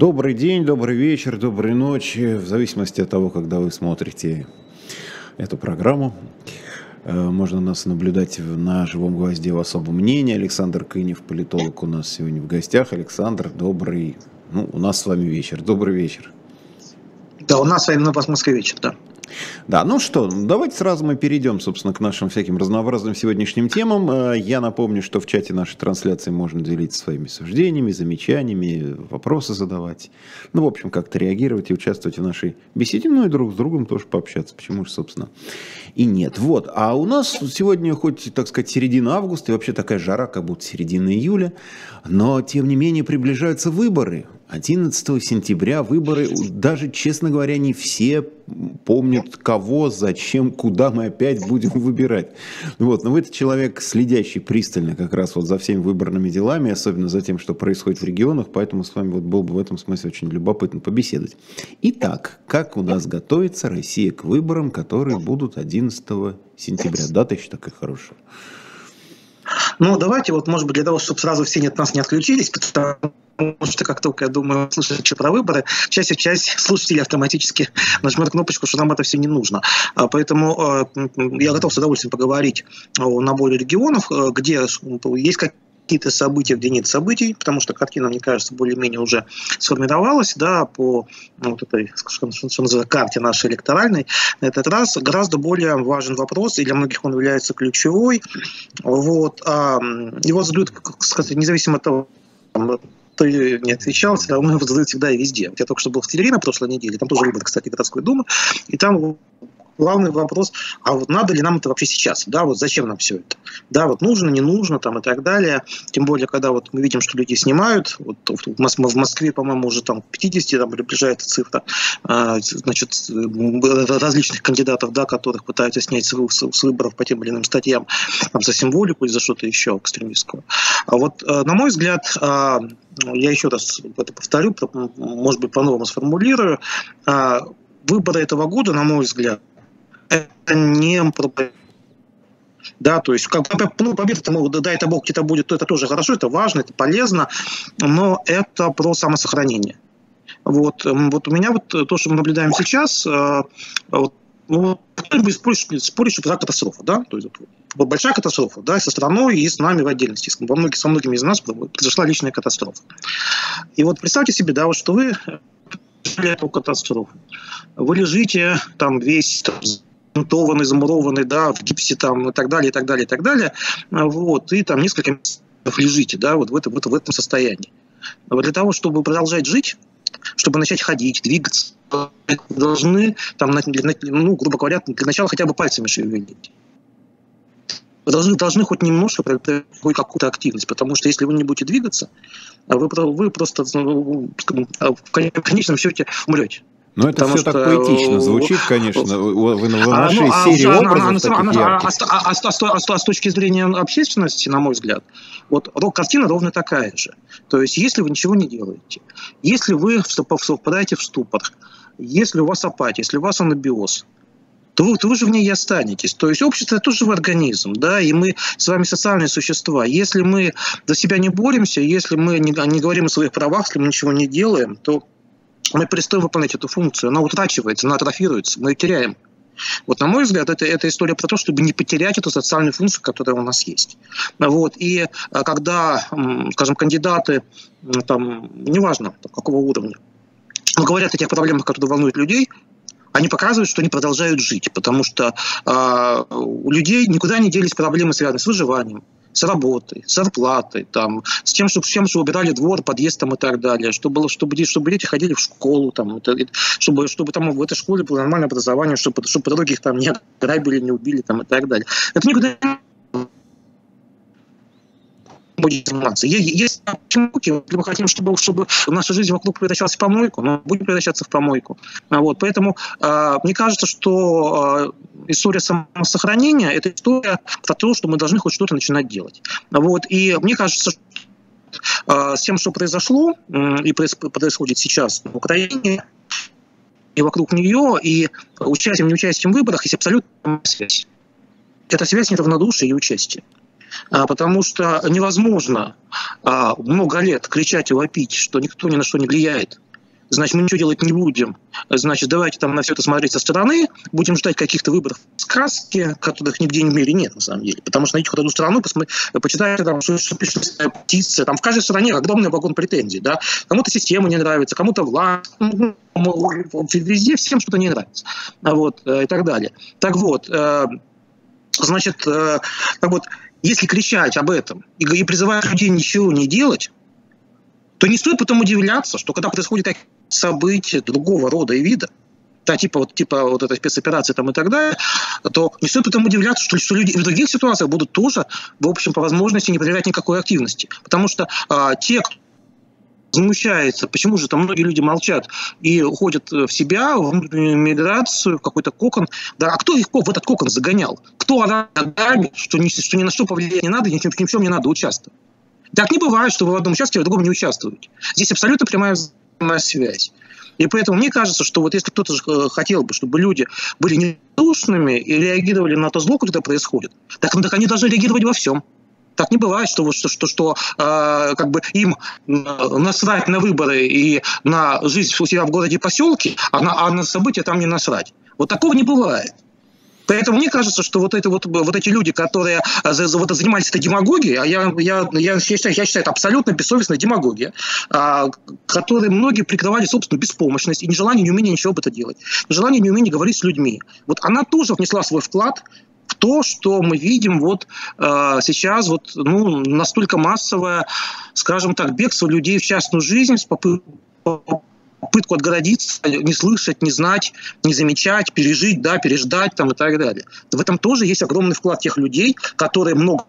Добрый день, добрый вечер, доброй ночи, в зависимости от того, когда вы смотрите эту программу. Можно нас наблюдать на «Живом гвозде» в особом мнении. Александр Кынев, политолог, у нас сегодня в гостях. Александр, добрый, у нас с вами вечер. Добрый вечер. Да, у нас именно в Москве вечер, да. Да, ну что, давайте сразу мы перейдем, собственно, к нашим всяким разнообразным сегодняшним темам. Я напомню, что в чате нашей трансляции можно делиться своими суждениями, замечаниями, вопросы задавать. В общем, как-то реагировать и участвовать в нашей беседе, и друг с другом тоже пообщаться. Почему же, собственно, и нет. Вот, а у нас сегодня хоть, так сказать, середина августа, и вообще такая жара, как будто середина июля, но, тем не менее, приближаются выборы. 11 сентября выборы, даже, честно говоря, не все помнят, кого, зачем, куда мы опять будем выбирать. Но вы человек, следящий пристально как раз за всеми выборными делами, особенно за тем, что происходит в регионах, поэтому с вами было бы в этом смысле очень любопытно побеседовать. Итак, как у нас готовится Россия к выборам, которые будут 11 сентября? Дата еще такая хорошая. Давайте, может быть, для того, чтобы сразу все от нас не отключились, потому что как только, я думаю, слышите про выборы, часть слушателей автоматически нажмет кнопочку, что нам это все не нужно. Поэтому я готов с удовольствием поговорить о наборе регионов, где есть какие-то события, где нет событий, потому что картина, мне кажется, более-менее уже сформировалась, да, по этой, что называется, карте нашей электоральной. На этот раз гораздо более важен вопрос, и для многих он является ключевой. Его задают, независимо от того, ты не отвечал, все равно его задают всегда и везде. Я только что был в Твери на прошлой неделе, там тоже выборы, кстати, городской думы, и там главный вопрос, а надо ли нам это вообще сейчас? Да, зачем нам все это? Да, нужно, не нужно, и так далее. Тем более, когда мы видим, что люди снимают, в Москве, по-моему, уже к 50 приближается цифра, различных кандидатов, да, которых пытаются снять с выборов по тем или иным статьям, за символику или за что-то еще экстремистское. На мой взгляд, я еще раз это повторю, может быть, по-новому сформулирую, выборы этого года, на мой взгляд, это не пропаганда. Да, то есть, победа, дай это Бог, где-то будет, то это тоже хорошо, это важно, это полезно, но это про самосохранение. У меня то, что мы наблюдаем сейчас, спорить, что это катастрофа, да, то есть большая катастрофа, да, со страной и с нами в отдельности, со многими из нас произошла личная катастрофа. И представьте себе, да, что вы эту катастрофу, вы лежите весь замурованный, в гипсе и так далее, и так далее, и так далее, и несколько месяцев лежите, да, в этом состоянии. Для того, чтобы продолжать жить, чтобы начать ходить, двигаться, должны, грубо говоря, для начала хотя бы пальцами шевелить. Вы должны хоть немножко проявить какую-то активность, потому что если вы не будете двигаться, вы просто в конечном счете умрете. Но это все так поэтично звучит, конечно. В нашей серии образов с точки зрения общественности, на мой взгляд, картина ровно такая же. То есть, если вы ничего не делаете, если вы впадаете в ступор, если у вас апатия, если у вас анабиоз, то вы же в ней и останетесь. То есть общество – это тоже живой организм, да, и мы с вами социальные существа. Если мы за себя не боремся, если мы не говорим о своих правах, если мы ничего не делаем, то мы перестаем выполнять эту функцию. Она утрачивается, она атрофируется, мы ее теряем. На мой взгляд, это история про то, чтобы не потерять эту социальную функцию, которая у нас есть. И когда, скажем, кандидаты, неважно какого уровня, говорят о тех проблемах, которые волнуют людей, они показывают, что они продолжают жить, потому что у людей никуда не делись проблемы, связанные с выживанием, с работой, с зарплатой, с тем, что убирали двор, подъезд и так далее, чтобы дети ходили в школу, чтобы в этой школе было нормальное образование, чтобы по дороге их не ограбили, не убили и так далее. Это никуда не будет заниматься. Если мы хотим, чтобы наша жизнь вокруг превращалась в помойку, но будем превращаться в помойку. Поэтому мне кажется, что история самосохранения – это история про то, что мы должны хоть что-то начинать делать. И мне кажется, с тем, что произошло и происходит сейчас в Украине, и вокруг нее, и участием, неучастием в выборах есть абсолютная связь. Это связь неравнодушия и участия. Потому что невозможно много лет кричать и вопить, что никто ни на что не влияет, значит, мы ничего делать не будем, значит, давайте там на все это смотреть со стороны, будем ждать каких-то выборов сказки, которых нигде в мире нет, на самом деле. Потому что найдите хоть одну страну, почитайте, там, что пишет птица, там в каждой стране огромный вагон претензий, да, кому-то система не нравится, кому-то власть, везде всем что-то не нравится, вот, и так далее. Так вот, значит, так вот, если кричать об этом и призывать людей ничего не делать, то не стоит потом удивляться, что когда происходят такие события другого рода и вида, да, типа вот этой спецоперации там и так далее, то не стоит потом удивляться, что люди в других ситуациях будут тоже, в общем, по возможности не проявлять никакой активности. Потому что те, кто возмущается, почему же там многие люди молчат и уходят в себя, в внутреннюю миграцию, в какой-то кокон. Да, а кто их в этот кокон загонял? Кто орал ногами, что ни на что повлиять не надо, ни в чем не надо участвовать? Так не бывает, что вы в одном участвуете, а в другом не участвуете. Здесь абсолютно прямая связь. И поэтому мне кажется, что вот если кто-то хотел бы, чтобы люди были недушными и реагировали на то зло, которое происходит, так они должны реагировать во всем. Так не бывает, что как бы им насрать на выборы и на жизнь у себя в городе и поселке, а на события там не насрать. Вот такого не бывает. Поэтому мне кажется, что вот эти люди, которые занимались этой демагогией, а я считаю, это абсолютно бессовестная демагогия, которые многие прикрывали собственную беспомощность и нежелание, неумение ничего об этом делать, нежелание, неумение говорить с людьми. Вот она тоже внесла свой вклад в то, что мы видим вот сейчас настолько массовое, скажем так, бегство людей в частную жизнь с попытку отгородиться, не слышать, не знать, не замечать, пережить, да, переждать там, и так далее. В этом тоже есть огромный вклад тех людей, которые много...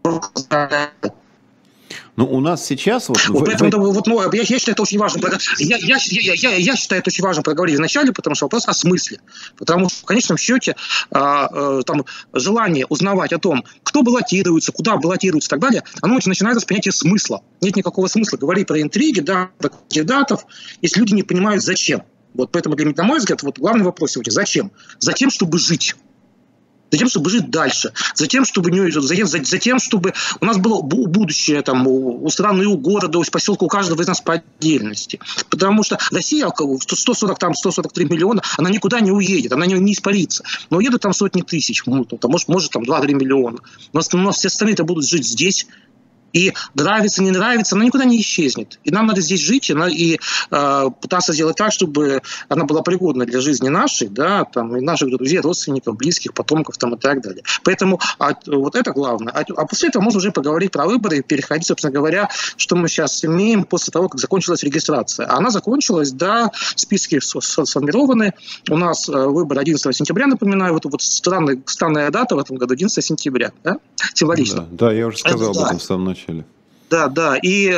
Ну, у нас сейчас... Я считаю, это очень важно. Я считаю, это очень важно проговорить вначале, потому что вопрос о смысле. Потому что, в конечном счете, там, желание узнавать о том, кто баллотируется, куда баллотируется и так далее, оно начинается с понятия смысла. Нет никакого смысла говорить про интриги, да, про кандидатов, если люди не понимают, зачем. Вот поэтому, на мой взгляд, вот главный вопрос сегодня – зачем? Затем, чтобы жить. Затем, чтобы жить дальше, затем, чтобы у нас было будущее там, у страны, у города, у поселка, у каждого из нас по отдельности. Потому что Россия, 143 миллиона, она никуда не уедет, она не испарится. Но уедут там сотни тысяч, может там 2-3 миллиона. Но все остальные-то будут жить здесь. И нравится, не нравится, она никуда не исчезнет. И нам надо здесь жить и пытаться сделать так, чтобы она была пригодна для жизни нашей, да, там, и наших друзей, родственников, близких, потомков там, и так далее. Поэтому вот это главное. А после этого можно уже поговорить про выборы и переходить, собственно говоря, что мы сейчас имеем после того, как закончилась регистрация. Она закончилась, да, списки сформированы. У нас выборы 11 сентября, напоминаю, вот странная дата в этом году, 11 сентября, да? Символично. Да, я уже сказал об этом в самом начале. Да, и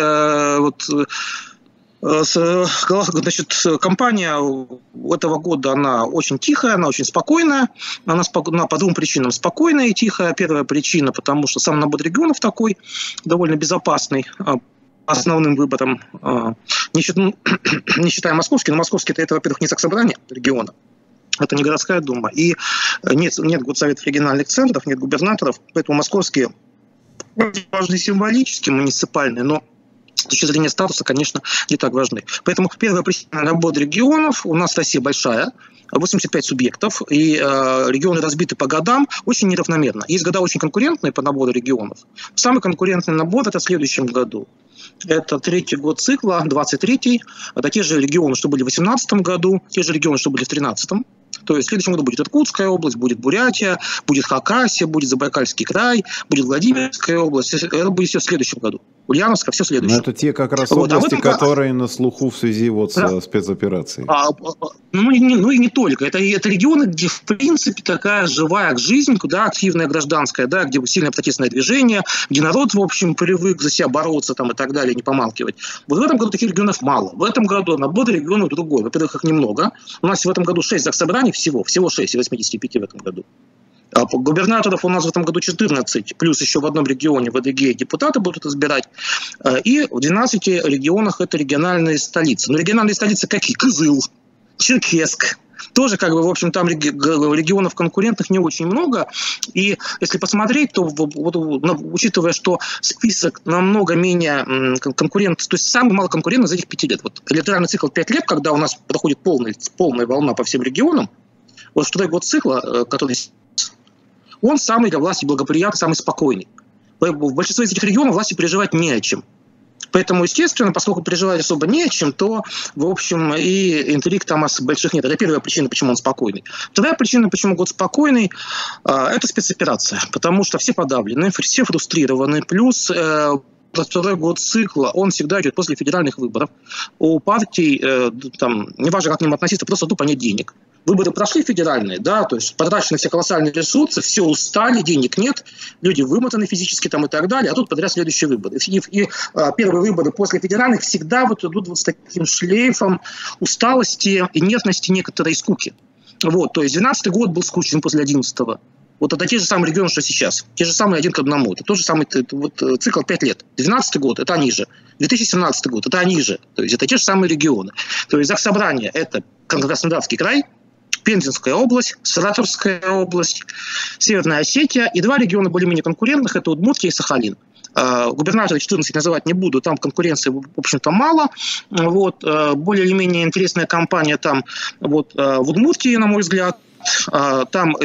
значит, кампания этого года, она очень тихая, она очень спокойная, она по двум причинам спокойная и тихая. Первая причина, потому что сам набор регионов такой, довольно безопасный, основным выбором, не считая московский, но московский это, во-первых, не заксобрание региона, это не городская дума, и нет горсоветов региональных центров, нет губернаторов, поэтому московские важны символически, муниципальные, но с точки зрения статуса, конечно, не так важны. Поэтому первая причина – набор регионов. У нас Россия большая, 85 субъектов, и регионы разбиты по годам очень неравномерно. Есть года очень конкурентные по набору регионов. Самый конкурентный набор – это в следующем году. Это третий год цикла, 23-й. Это те же регионы, что были в 2018 году, те же регионы, что были в 2013. То есть в следующем году будет Иркутская область, будет Бурятия, будет Хакасия, будет Забайкальский край, будет Владимирская область. Это будет все в следующем году. Ульяновска, все в следующем. Но это те как раз области, которые на слуху в связи со спецоперацией. И не только. Это регионы, где в принципе такая живая жизнь, куда активная гражданская, да, где сильное протестное движение, где народ, в общем, привык за себя бороться там, и так далее, не помалкивать. Вот в этом году таких регионов мало. В этом году набор регионов другой. Во-первых, их немного. У нас в этом году 6 заксобраний всего 6 из 85 в этом году. А губернаторов у нас в этом году 14, плюс еще в одном регионе в АДГ депутаты будут избирать. И в 12 регионах это региональные столицы. Но региональные столицы какие? Кызыл, Черкесск, тоже, как бы, в общем, там регионов конкурентных не очень много. И если посмотреть, то, вот, учитывая, что список намного менее конкурентный, то есть самый мало конкурентный за этих 5 лет. Вот электоральный цикл 5 лет, когда у нас проходит полная волна по всем регионам, вот второй год цикла, который он самый для власти благоприятный, самый спокойный. В большинстве из этих регионов власти переживать не о чем. Поэтому, естественно, поскольку переживать особо не о чем, то, в общем, и интриг там больших нет. Это первая причина, почему он спокойный. Вторая причина, почему год спокойный, это спецоперация. Потому что все подавлены, все фрустрированы. Плюс второй год цикла, он всегда идет после федеральных выборов. У партий, там, неважно, как к ним относиться, просто тупо нет денег. Выборы прошли федеральные, да, то есть потрачены все колоссальные ресурсы, все устали, денег нет, люди вымотаны физически там и так далее, а тут подряд следующие выборы. И первые выборы после федеральных всегда вот идут вот с таким шлейфом усталости, инертности, некоторой скуки. Вот, то есть 12-й год был скучен после 11-го. Вот это те же самые регионы, что сейчас. Те же самые 1 к 1. Это тот же самый вот, цикл 5 лет. 12-й год – это они же. 2017 год – это они же. То есть это те же самые регионы. То есть Заксобрание – это Краснодарский край, Пензенская область, Саратовская область, Северная Осетия и 2 региона более-менее конкурентных – это Удмуртия и Сахалин. Губернатора 14 называть не буду, там конкуренции, в общем-то, мало. Вот, более или менее интересная кампания там вот, в Удмуртии, на мой взгляд. Там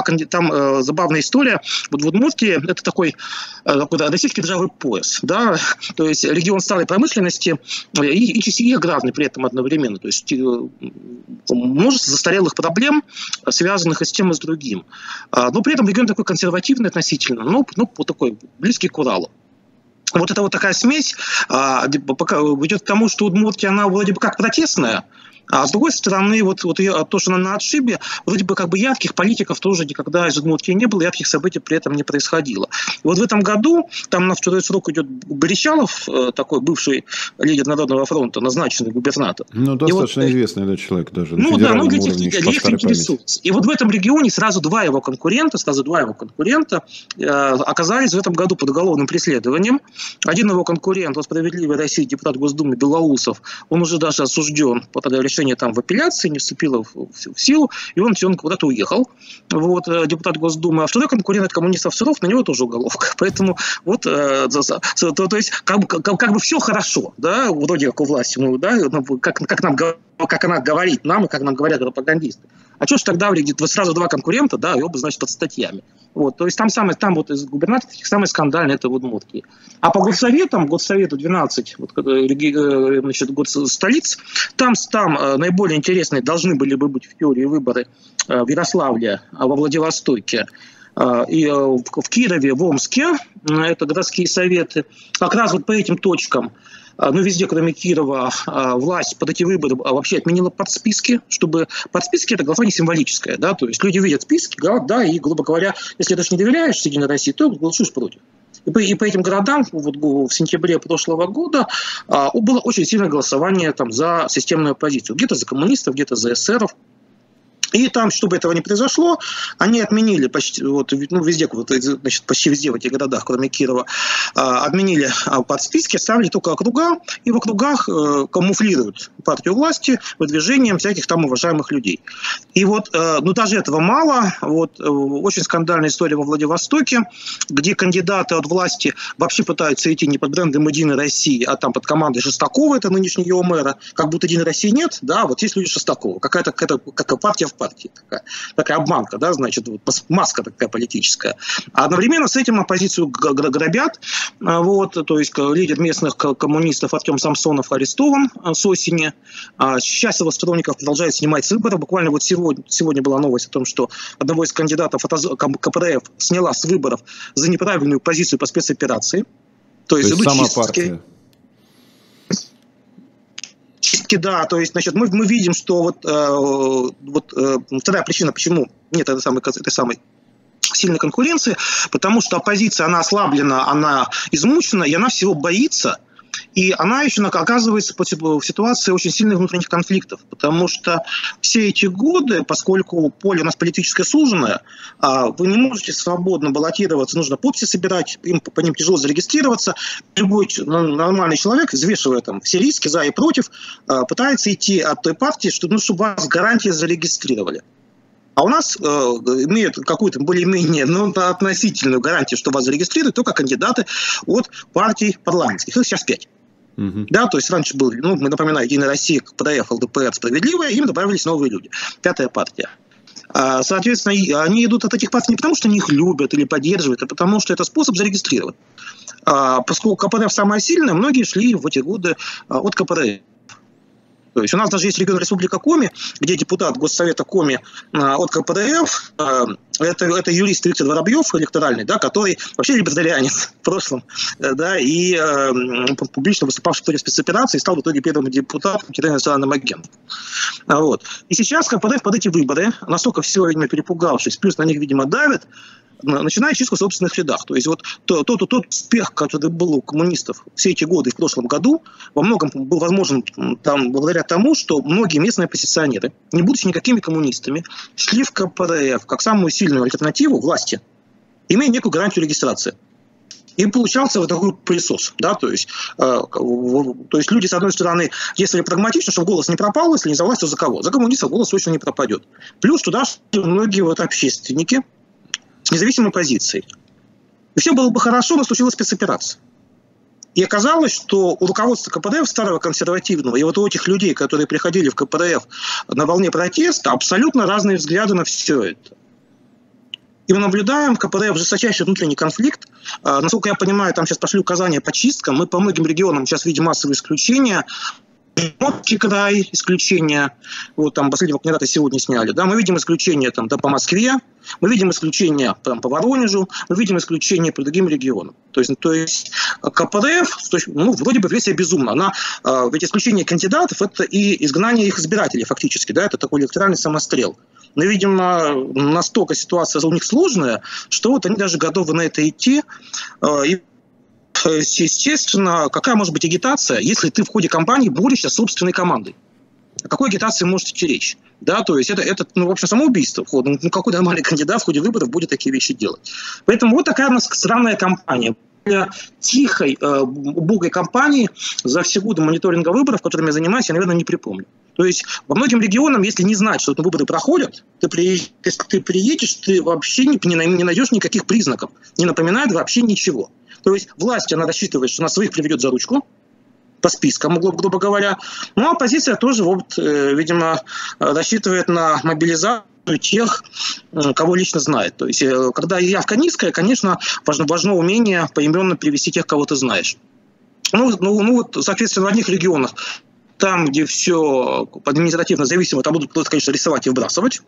там забавная история. Вот в Удмуртии это такой российский державный пояс, да, то есть регион старой промышленности и аграрный при этом одновременно. То есть множество застарелых проблем, связанных и с тем, и с другим. Но при этом регион такой консервативный относительно, ну вот такой близкий к Уралу. Вот эта вот такая смесь ведет к тому, что Удмуртия, она вроде бы как протестная, а с другой стороны, вот то, что она на отшибе, вроде бы как бы ярких политиков тоже никогда из Удмуртии не было, ярких событий при этом не происходило. И вот в этом году там на второй срок идет Борищалов, такой бывший лидер Народного фронта, назначенный губернатор. Ну, достаточно вот, известный да, человек даже. Ну да, многие интересуются. И вот в этом регионе сразу два его конкурента оказались в этом году под уголовным преследованием. Один его конкурент, вот «Справедливой России», депутат Госдумы Белоусов, он уже даже осужден по решение там в апелляции, не вступило в силу, и он куда-то уехал, вот, депутат Госдумы. А второй конкурент коммунистов Серов, на него тоже уголовка. Поэтому вот, то есть, как бы все хорошо, да, вроде как у власти, ну, да, как она говорит нам и как нам говорят пропагандисты. А что ж тогда сразу 2 конкурента, да, и оба, значит, под статьями. Вот, то есть там вот из губернаторов самый скандальный это в Удмуртии. А по Госсовету 12, вот, значит, год столиц, там наиболее интересные должны были бы быть в теории выборы в Ярославле, во Владивостоке, и в Кирове, в Омске, это городские советы. Как раз вот по этим точкам, ну, везде, кроме Кирова, власть под эти выборы вообще отменила подсписки, чтобы подсписки – это голосование символическое, да, то есть люди видят списки, да, и, грубо говоря, если ты даже не доверяешь Единой России, то голосуешь против. И по этим городам вот, в сентябре прошлого года было очень сильное голосование там, за системную оппозицию. Где-то за коммунистов, где-то за эсеров. И там, чтобы этого не произошло, они отменили почти, вот, ну, везде, вот, значит, почти везде в этих городах, кроме Кирова, отменили подсписки, оставили только округа, и в округах камуфлируют партию власти выдвижением всяких там уважаемых людей. И вот, ну, даже этого мало. Вот, очень скандальная история во Владивостоке, где кандидаты от власти вообще пытаются идти не под брендом «Единой России», а там под командой Шестакова, это нынешнего мэра, как будто «Единой России» нет, да, вот есть люди Шестакова, какая-то партия в партии, такая обманка, да, значит, вот, маска такая политическая. А одновременно с этим оппозицию грабят, вот, то есть лидер местных коммунистов Артем Самсонов арестован с осени. Сейчас его сторонников продолжают снимать с выборов. Буквально вот сегодня была новость о том, что одного из кандидатов КПРФ сняла с выборов за неправильную позицию по спецоперации. То есть идут сама чистки. Партия. Да, то есть, значит, мы видим, что вторая причина, почему нет этой самой сильной конкуренции, потому что оппозиция, она ослаблена, она измучена, и она всего боится. И она еще оказывается в ситуации очень сильных внутренних конфликтов, потому что все эти годы, поскольку поле у нас политическое суженное, вы не можете свободно баллотироваться, нужно подписи собирать, по ним тяжело зарегистрироваться. Любой нормальный человек, взвешивая там все риски за и против, пытается идти от той партии, чтобы вас гарантии зарегистрировали. А у нас имеют какую-то более-менее относительную гарантию, что вас зарегистрируют только кандидаты от партий парламентских. Их сейчас 5. Да, то есть раньше был, мы напоминаем, Единая Россия, КПРФ, ЛДПР, Справедливая, им добавились новые люди. 5-я партия. Соответственно, они идут от этих партий не потому, что они их любят или поддерживают, а потому что это способ зарегистрировать. Поскольку КПРФ самая сильная, многие шли в эти годы от КПРФ. То есть у нас даже есть регион Республика Коми, где депутат Госсовета Коми от КПРФ, это юрист Виктор Воробьев, электоральный, да, который вообще либертарианец в прошлом, да, и публично выступавший против спецоперации, стал в итоге первым депутатом территориальным агентом. Вот. И сейчас КПРФ под эти выборы, настолько все, видимо, перепугавшись, плюс на них, видимо, давят, начинает чистку в собственных рядах. То есть вот тот успех, который был у коммунистов все эти годы в прошлом году, во многом был возможен там, благодаря тому, что многие местные оппозиционеры, не будучи никакими коммунистами, шли в КПРФ как самую сильную альтернативу власти, имея некую гарантию регистрации. И получался вот такой присос. Да? То есть люди, с одной стороны, если прагматично, чтобы голос не пропал, если не за власть, то за кого? За коммунистов голос точно не пропадет. Плюс туда многие общественники, с независимой позицией. И все было бы хорошо, но случилась спецоперация. И оказалось, что у руководства КПРФ, старого консервативного, и вот у этих людей, которые приходили в КПРФ на волне протеста, абсолютно разные взгляды на все это. И мы наблюдаем в КПРФ жесточайший внутренний конфликт. Насколько я понимаю, там сейчас пошли указания по чисткам. Мы по многим регионам сейчас видим массовые исключения. Приморский край, исключение, вот там последнего кандидата сегодня сняли, да, мы видим исключение там, да, по Москве, мы видим исключение там, по Воронежу, мы видим исключение по другим регионам. То есть КПРФ, вроде бы версия безумна, ведь исключение кандидатов – это и изгнание их избирателей фактически, да, это такой электоральный самострел. Но, видимо, настолько ситуация у них сложная, что вот они даже готовы на это идти. И естественно, какая может быть агитация, если ты в ходе кампании борешься с собственной командой? О какой агитации может идти речь? Да, то есть это в общем, самоубийство. Какой нормальный кандидат в ходе выборов будет такие вещи делать? Поэтому вот такая у нас странная кампания. Тихой, убогой кампании за все годы мониторинга выборов, которыми я занимаюсь, я, наверное, не припомню. То есть во многим регионам, если не знать, что выборы проходят, если ты приедешь, ты вообще не найдешь никаких признаков, не напоминает вообще ничего. То есть власть, она рассчитывает, что она своих приведет за ручку, по спискам, грубо говоря. Ну, а оппозиция тоже, видимо, рассчитывает на мобилизацию тех, кого лично знает. То есть, когда явка низкая, конечно, важно умение поименно привести тех, кого ты знаешь. Соответственно, в одних регионах, там, где все административно зависимо, там будут, конечно, рисовать и вбрасывать.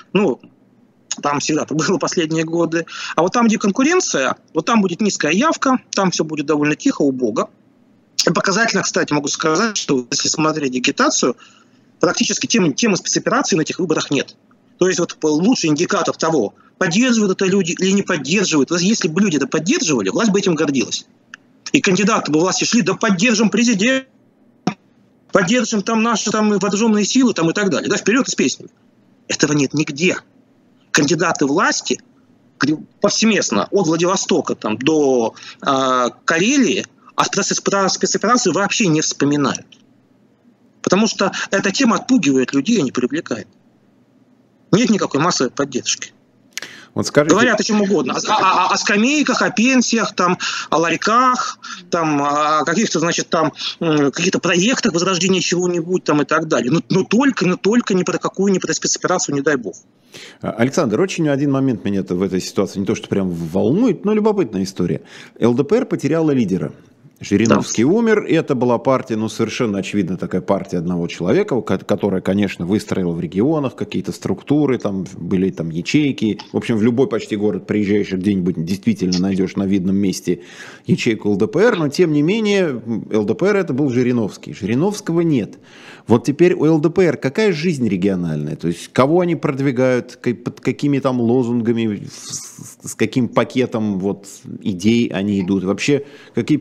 Там всегда это было последние годы. А вот там, где конкуренция, вот там будет низкая явка, там все будет довольно тихо, убого. И показательно, кстати, могу сказать, что если смотреть агитацию, практически темы спецоперации на этих выборах нет. То есть вот лучший индикатор того, поддерживают это люди или не поддерживают. Если бы люди это поддерживали, власть бы этим гордилась. И кандидаты бы власти шли, да поддержим президента, поддержим там наши вооруженные силы и так далее. Да, вперед и с песней. Этого нет нигде. Кандидаты власти повсеместно, от Владивостока до Карелии, про спецоперацию вообще не вспоминают. Потому что эта тема отпугивает людей, а не привлекает. Нет никакой массовой поддержки. Вот скажите... Говорят о чем угодно. О скамейках, о пенсиях, о ларьках, о каких-то, каких-то проектах возрождения чего-нибудь и так далее. Но только ни про спецоперацию, не дай бог. Александр, очень один момент меня в этой ситуации не то, что прям волнует, но любопытная история. ЛДПР потеряла лидера. Жириновский умер, и это была партия, совершенно очевидно, такая партия одного человека, которая, конечно, выстроила в регионах какие-то структуры, были ячейки. В общем, в любой почти город приезжаешь, где-нибудь действительно найдешь на видном месте ячейку ЛДПР, но тем не менее ЛДПР это был Жириновский. Жириновского нет. Вот теперь у ЛДПР какая жизнь региональная? То есть кого они продвигают, под какими лозунгами, с каким пакетом идей они идут? Вообще, какие перспективы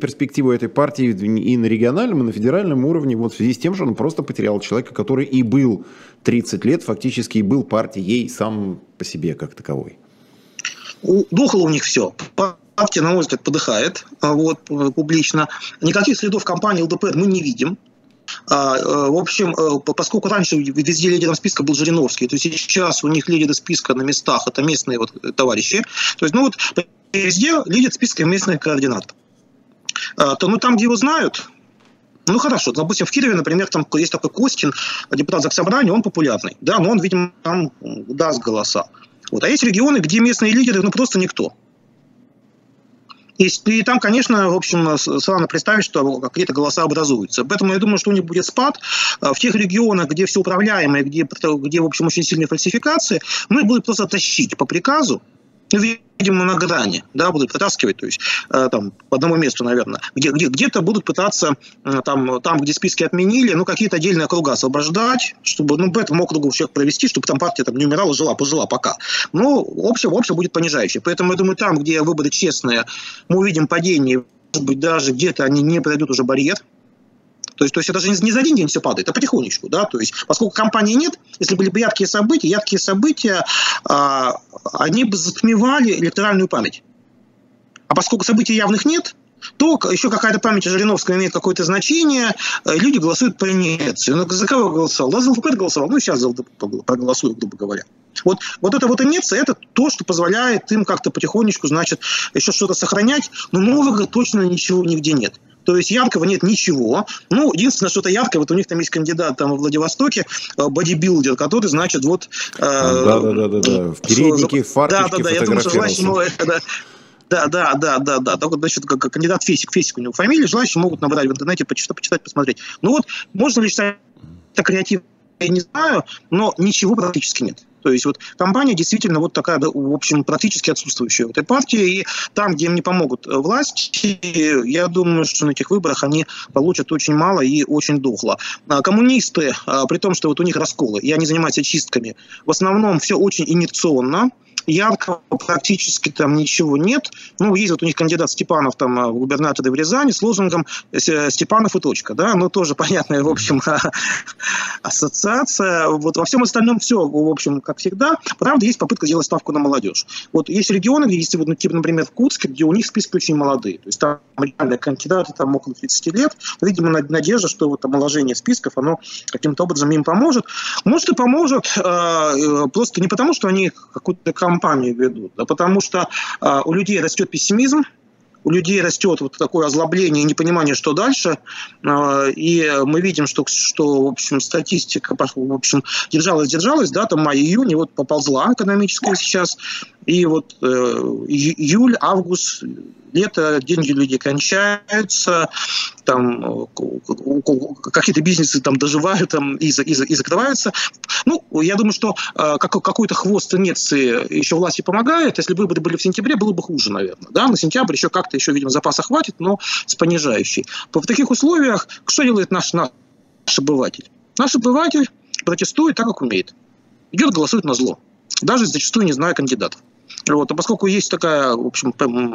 у этой партии и на региональном, и на федеральном уровне вот в связи с тем, что он просто потерял человека, который и был 30 лет, фактически и был партией сам по себе как таковой. Дохло у них все. Партия, на мой взгляд, подыхает вот, публично. Никаких следов кампании ЛДПР мы не видим. В общем, поскольку раньше везде лидером списка был Жириновский, то сейчас у них лидеры списка на местах, это местные вот товарищи. То есть, ну вот, везде лидер списка местный координатор. Там, где его знают, ну хорошо, допустим, в Кирове, например, там есть такой Костин, депутат Заксобрания, он популярный, да, но он, видимо, там даст голоса. Вот. А есть регионы, где местные лидеры, ну просто никто. И там, конечно, в общем, странно представить, что какие-то голоса образуются. Поэтому я думаю, что у них будет спад. В тех регионах, где все управляемое, где в общем, очень сильные фальсификации, ну, их будут просто тащить по приказу, видимо, на грани, да, будут притаскивать, то есть там по одному месту, наверное, где-то будут пытаться там, где списки отменили, ну, какие-то отдельные округа освобождать, чтобы, ну, по этому округу всех провести, чтобы там партия там не умирала, пожила пока. Но общее будет понижающее. Поэтому, я думаю, там, где выборы честные, мы увидим падение, может быть, даже где-то они не пройдут уже барьер. То есть это даже не за один день все падает, а потихонечку, да, то есть поскольку кампании нет, если были бы яркие события, они бы затмевали электоральную память. А поскольку событий явных нет, то еще какая-то память о Жириновском имеет какое-то значение, люди голосуют по инерции. Ну, за кого голосовал? Да, за ЛДПР голосовал, ну, сейчас за ЛДПР проголосую, грубо говоря. Вот эта вот инерция, это то, что позволяет им как-то потихонечку, значит, еще что-то сохранять, но нового точно ничего нигде нет. То есть яркого нет ничего. Ну, единственное, что-то яркое, вот у них там есть кандидат там во Владивостоке, бодибилдер, который, значит, вот... Да. В переднике, в фарточке фотографировался. Да. Только, значит, кандидат Фесик у него фамилия, желающие могут набрать в интернете, почитать, посмотреть. Ну вот, можно ли считать это креативно, я не знаю, но ничего практически нет. То есть вот компания действительно вот такая, в общем, практически отсутствующая в этой партии. И там, где им не помогут власти, я думаю, что на этих выборах они получат очень мало и очень дохло. Коммунисты, при том, что вот у них расколы, и они занимаются чистками, в основном все очень инерционно. Яркого практически там ничего нет. Ну, есть вот у них кандидат Степанов, там, губернатор в Рязани, с лозунгом «Степанов и точка». Да? Ну, тоже понятная, в общем, ассоциация. Вот во всем остальном все, в общем, как всегда. Правда, есть попытка сделать ставку на молодежь. Вот есть регионы, где есть, вот, типа, например, в Курске, где у них списки очень молодые. То есть там реально кандидаты там около 30 лет. Видимо, надежда, что вот омоложение списков, оно каким-то образом им поможет. Может, и поможет, просто не потому, что они какую-то кампанию ведут, а потому что у людей растет пессимизм, у людей растет вот такое озлобление и непонимание, что дальше. И мы видим, что в общем, статистика, в общем, держалась, да, там май-июнь, и вот поползла экономическая сейчас. И вот июль, август, лето, деньги людей кончаются, там какие-то бизнесы там доживают там, и закрываются. Ну, я думаю, что какой-то хвост инерции еще власти помогает. Если бы выборы были в сентябре, было бы хуже, наверное. Да? На сентябрь еще как-то, видимо, запаса хватит, но с понижающей. В таких условиях что делает наш обыватель? Наш обыватель протестует так, как умеет. Идет, голосует на зло. Даже зачастую не зная кандидатов. Вот. А поскольку есть такая, в общем,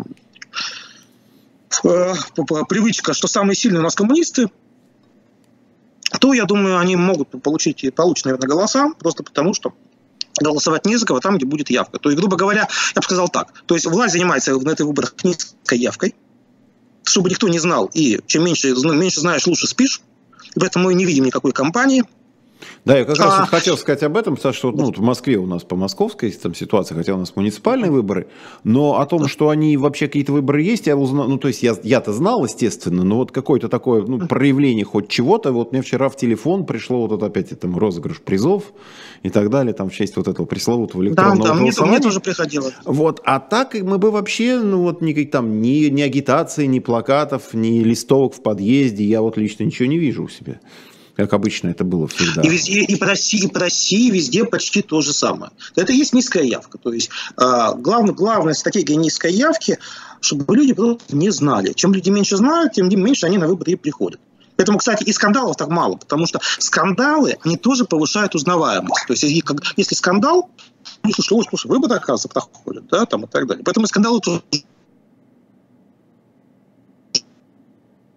привычка, что самые сильные у нас коммунисты, то, я думаю, они могут получить, наверное, голоса, просто потому что голосовать не за кого там, где будет явка. То есть, грубо говоря, я бы сказал так. То есть власть занимается на этой выборах низкой явкой, чтобы никто не знал. И чем меньше знаешь, лучше спишь. Поэтому мы не видим никакой кампании. Да, я как раз вот хотел сказать об этом, потому что в Москве у нас по московской там ситуация, хотя у нас муниципальные выборы, но о том, что они вообще какие-то выборы есть, я узнал, ну то есть я-то знал, естественно, но вот какое-то такое проявление хоть чего-то, вот мне вчера в телефон пришло вот опять там розыгрыш призов и так далее, там в честь вот этого пресловутого электронного голосования. Мне тоже приходило. Вот, а так мы бы вообще, ни агитации, ни плакатов, ни листовок в подъезде, я вот лично ничего не вижу у себя. Как обычно это было всегда. И везде, и по России везде почти то же самое. Это и есть низкая явка. То есть главная стратегия низкой явки, чтобы люди просто не знали. Чем люди меньше знают, тем меньше они на выборы и приходят. Поэтому, кстати, и скандалов так мало, потому что скандалы, они тоже повышают узнаваемость. То есть если скандал, слушай, выборы, оказывается, проходят, да, там и так далее. Поэтому скандалы тоже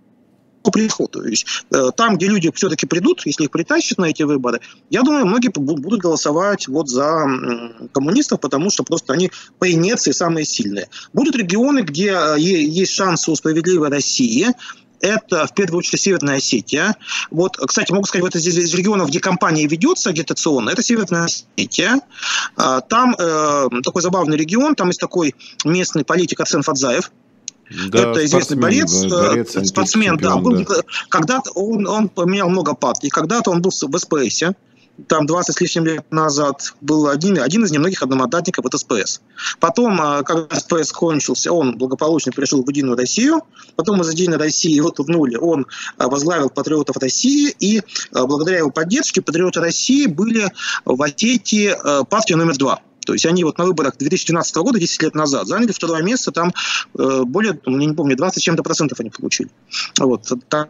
приход. То есть там, где люди все-таки придут, если их притащат на эти выборы, я думаю, многие будут голосовать вот за коммунистов, потому что просто они по инерции самые сильные. Будут регионы, где есть шансы у справедливой России. Это, в первую очередь, Северная Осетия. Вот, кстати, могу сказать, вот из регионов, где кампания ведется агитационно, это Северная Осетия. Там такой забавный регион, там есть такой местный политик Арсен Фадзаев. Да, это известный борец, спортсмен, да. Когда-то он поменял много партий, когда-то он был в СПСе, там 20 с лишним лет назад был один из немногих одномандатников от СПС. Потом, когда СПС кончился, он благополучно перешел в Единую Россию, потом из Единой России его турнули, он возглавил Патриотов России, и благодаря его поддержке Патриоты России были в Осетии партией номер 2. То есть они вот на выборах 2012 года, 10 лет назад, заняли второе место, там более, я не помню, 20 с чем-то процентов они получили. Вот.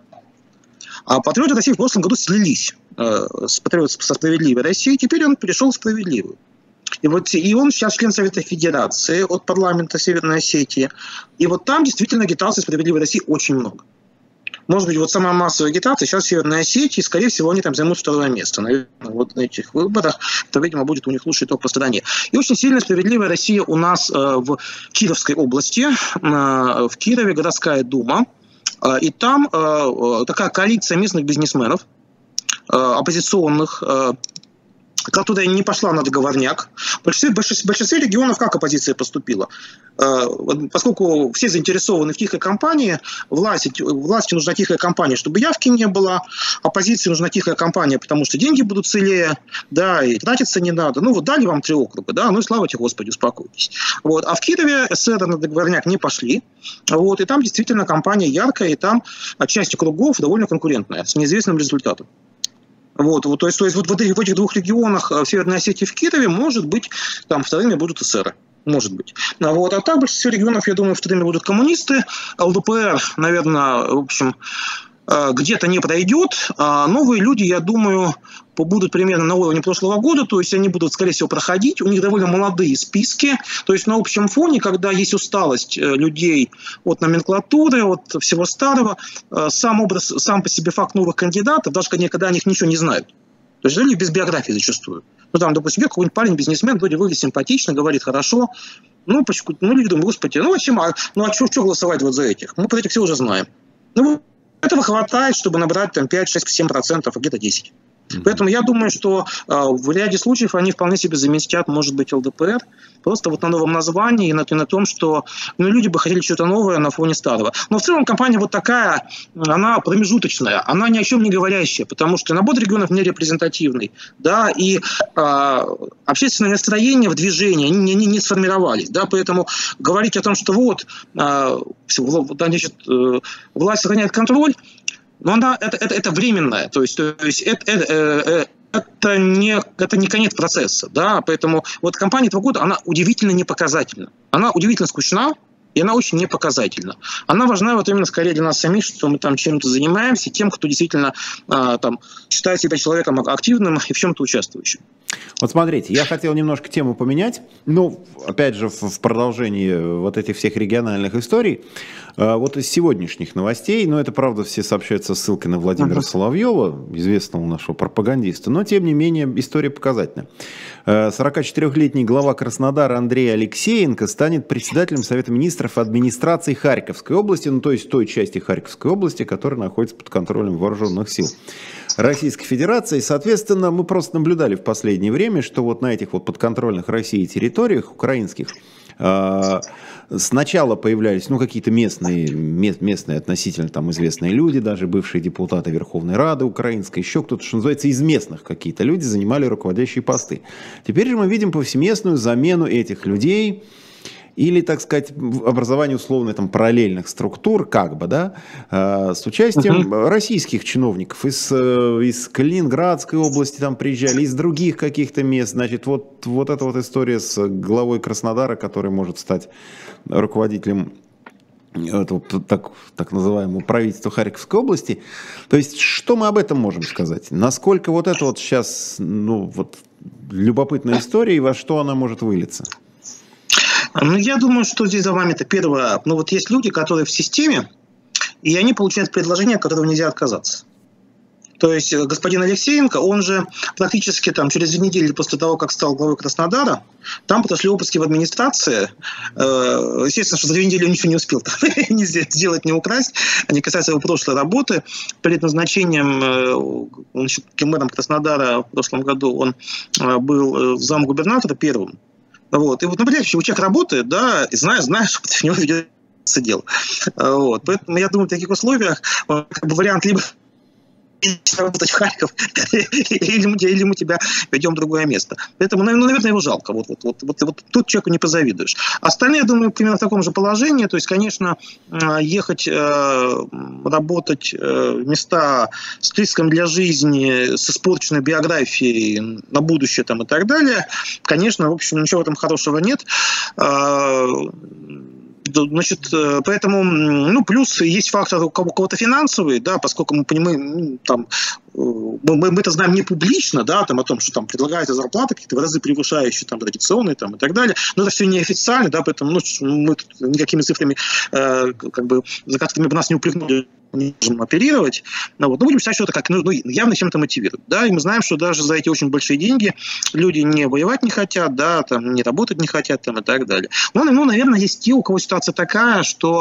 А Патриоты России в прошлом году слились со Справедливой Россией, теперь он перешел в Справедливую. И он сейчас член Совета Федерации от парламента Северной Осетии. И вот там действительно агитации Справедливой России очень много. Может быть, вот сама массовая агитация сейчас в Северной Осетии, скорее всего, они там займут второе место. Наверное, вот на этих выборах, то, видимо, будет у них лучший итог по стране. И очень сильно Справедливая Россия у нас в Кировской области, в Кирове городская дума, и там такая коалиция местных бизнесменов, оппозиционных, которая не пошла на договорняк. В большинстве регионов как оппозиция поступила? Поскольку все заинтересованы в тихой кампании, власти нужна тихая кампания, чтобы явки не было, оппозиции нужна тихая кампания, потому что деньги будут целее, да, и тратиться не надо. Ну вот дали вам 3 округа, да, ну и слава тебе Господи, успокойтесь. Вот. А в Кирове эсеры на договорняк не пошли, вот, и там действительно кампания яркая, и там часть округов довольно конкурентная, с неизвестным результатом. То есть вот в этих 2 регионах, в Северной Осетии и в Кирове, может быть, там вторыми будут эсеры. Может быть. А так в большинстве регионов, я думаю, вторыми будут коммунисты. ЛДПР, наверное, в общем, где-то не пройдет. А новые люди, я думаю, будут примерно на уровне прошлого года, то есть они будут, скорее всего, проходить. У них довольно молодые списки. То есть на общем фоне, когда есть усталость людей от номенклатуры, от всего старого, сам по себе факт новых кандидатов, даже когда о них ничего не знают. То есть люди без биографии зачастую. Ну, там, допустим, какой-нибудь парень, бизнесмен, вроде выглядит симпатично, говорит хорошо. Люди думают, господи, что голосовать вот за этих? Мы про этих все уже знаем. Этого хватает, чтобы набрать там 5, 6, 7%, а где-то 10%. Поэтому я думаю, что в ряде случаев они вполне себе заместят, может быть, ЛДПР, просто вот на новом названии и на том, что люди бы хотели что-то новое на фоне старого. Но в целом компания вот такая, она промежуточная, она ни о чем не говорящая, потому что набор регионов не репрезентативный, да, и общественное настроение в движении, они не сформировались, да, поэтому говорить о том, что власть сохраняет контроль, но это временное, то есть это не конец процесса, да, поэтому вот кампания этого года, она удивительно непоказательна, она удивительно скучна, и она очень непоказательна. Она важна вот именно скорее для нас самих, что мы там чем-то занимаемся, тем, кто действительно там считает себя человеком активным и в чем-то участвующим. Вот смотрите, я хотел немножко тему поменять, опять же, в продолжении вот этих всех региональных историй, вот из сегодняшних новостей, это, правда, все сообщают со ссылкой на Владимира Соловьева, известного нашего пропагандиста, но, тем не менее, история показательна. 44-летний глава Краснодара Андрей Алексеенко станет председателем Совета министров администрации Харьковской области, то есть той части Харьковской области, которая находится под контролем вооруженных сил Российской Федерации. Соответственно, мы просто наблюдали в последнее время, что вот на этих вот подконтрольных России территориях украинских сначала появлялись какие-то местные относительно там известные люди, даже бывшие депутаты Верховной Рады украинской, еще кто-то, что называется, из местных какие-то люди занимали руководящие посты. Теперь же мы видим повсеместную замену этих людей или, так сказать, образование условно там параллельных структур, с участием российских чиновников из Калининградской области там приезжали, из других каких-то мест. Значит, вот эта вот история с главой Краснодара, который может стать руководителем этого так называемого правительства Харьковской области. То есть, что мы об этом можем сказать? Насколько вот это вот сейчас любопытная история и во что она может вылиться? Я думаю, что здесь за вами-то первое. Есть люди, которые в системе, и они получают предложение, от которого нельзя отказаться. То есть господин Алексеенко, он же практически там, через 2 недели после того, как стал главой Краснодара, там произошли обыски в администрации. Естественно, что за 2 недели он ничего не успел ни сделать, ни украсть. Они касаются его прошлой работы. Перед назначением мэром Краснодара в прошлом году он был замгубернатора первым. Вот. И вот, например, человек работает, да, и знает, что в него ведется дело. Вот. Поэтому я думаю, в таких условиях как бы вариант либо работать в Харьков, или мы тебя ведем в другое место. Поэтому, наверное, его жалко. Вот тут человеку не позавидуешь. Остальные, я думаю, примерно в таком же положении. То есть, конечно, ехать работать в места с риском для жизни, с испорченной биографией на будущее там, и так далее, конечно, в общем, ничего в этом хорошего нет. Значит, поэтому, ну, плюс есть фактор у кого-то финансовый, да, поскольку мы понимаем, там, мы это знаем не публично, да, там, о том, что там предлагаются зарплаты какие-то в разы превышающие там традиционные там, и так далее, но это все неофициально, да, поэтому мы тут никакими цифрами, как бы, за которыми бы нас не упрекнули, не можем оперировать, но будем считать, что это как, явно чем-то мотивирует, да, и мы знаем, что даже за эти очень большие деньги люди не воевать не хотят, да, там, не работать не хотят, там, и так далее. Ну, наверное, есть те, у кого ситуация такая, что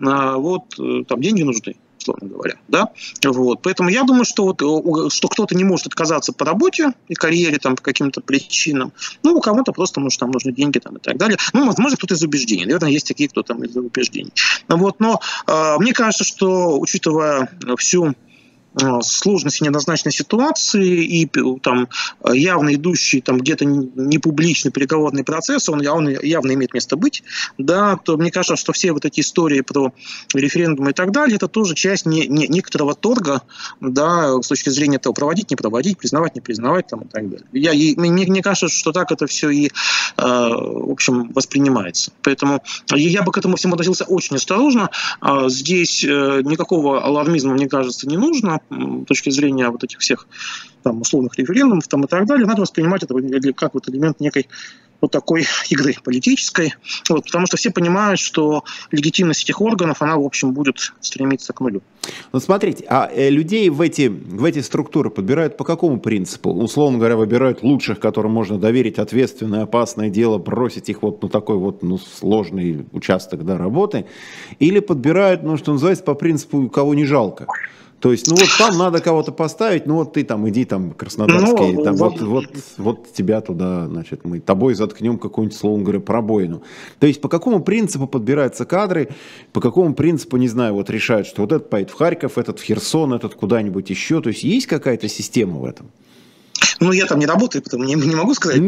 там деньги нужны, условно говоря, да, вот, поэтому я думаю, что что кто-то не может отказаться по работе и карьере, там, по каким-то причинам, ну, у кого-то просто, может, там нужны деньги, там, и так далее, ну, возможно, кто-то из убеждений, наверное, есть такие, кто там из убеждений, вот, но мне кажется, что, учитывая всю сложности неоднозначной ситуации и там явно идущий там где-то не публичный переговорный процесс, он явно имеет место быть, да, то мне кажется, что все вот эти истории про референдумы и так далее, это тоже часть некоторого торга, да, с точки зрения того, проводить, не проводить, признавать, не признавать, там, и так далее. Мне кажется, что так это все и, в общем, воспринимается. Поэтому я бы к этому всему относился очень осторожно. Здесь никакого алармизма, мне кажется, не нужно. С точки зрения вот этих всех там, условных референдумов там, и так далее, надо воспринимать это как вот элемент некой вот такой игры политической, вот, потому что все понимают, что легитимность этих органов, она, в общем, будет стремиться к нулю. Ну, смотрите, а людей в эти структуры подбирают по какому принципу? Условно говоря, выбирают лучших, которым можно доверить ответственное, опасное дело, бросить их вот на такой вот сложный участок, да, работы, или подбирают, что называется, по принципу, кого не жалко? То есть, вот там надо кого-то поставить, вот ты там иди там краснодарский, там, вот тебя туда, значит, мы тобой заткнем какую-нибудь, словно говоря, пробоину. То есть, по какому принципу подбираются кадры, по какому принципу, не знаю, вот решают, что вот этот поедет в Харьков, этот в Херсон, этот куда-нибудь еще. То есть, есть какая-то система в этом? Я там не работаю, поэтому не могу сказать.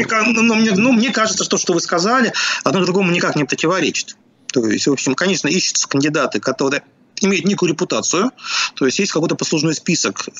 Мне кажется, что вы сказали, одно другому никак не противоречит. То есть, в общем, конечно, ищутся кандидаты, которые имеет некую репутацию, то есть есть какой-то послужной список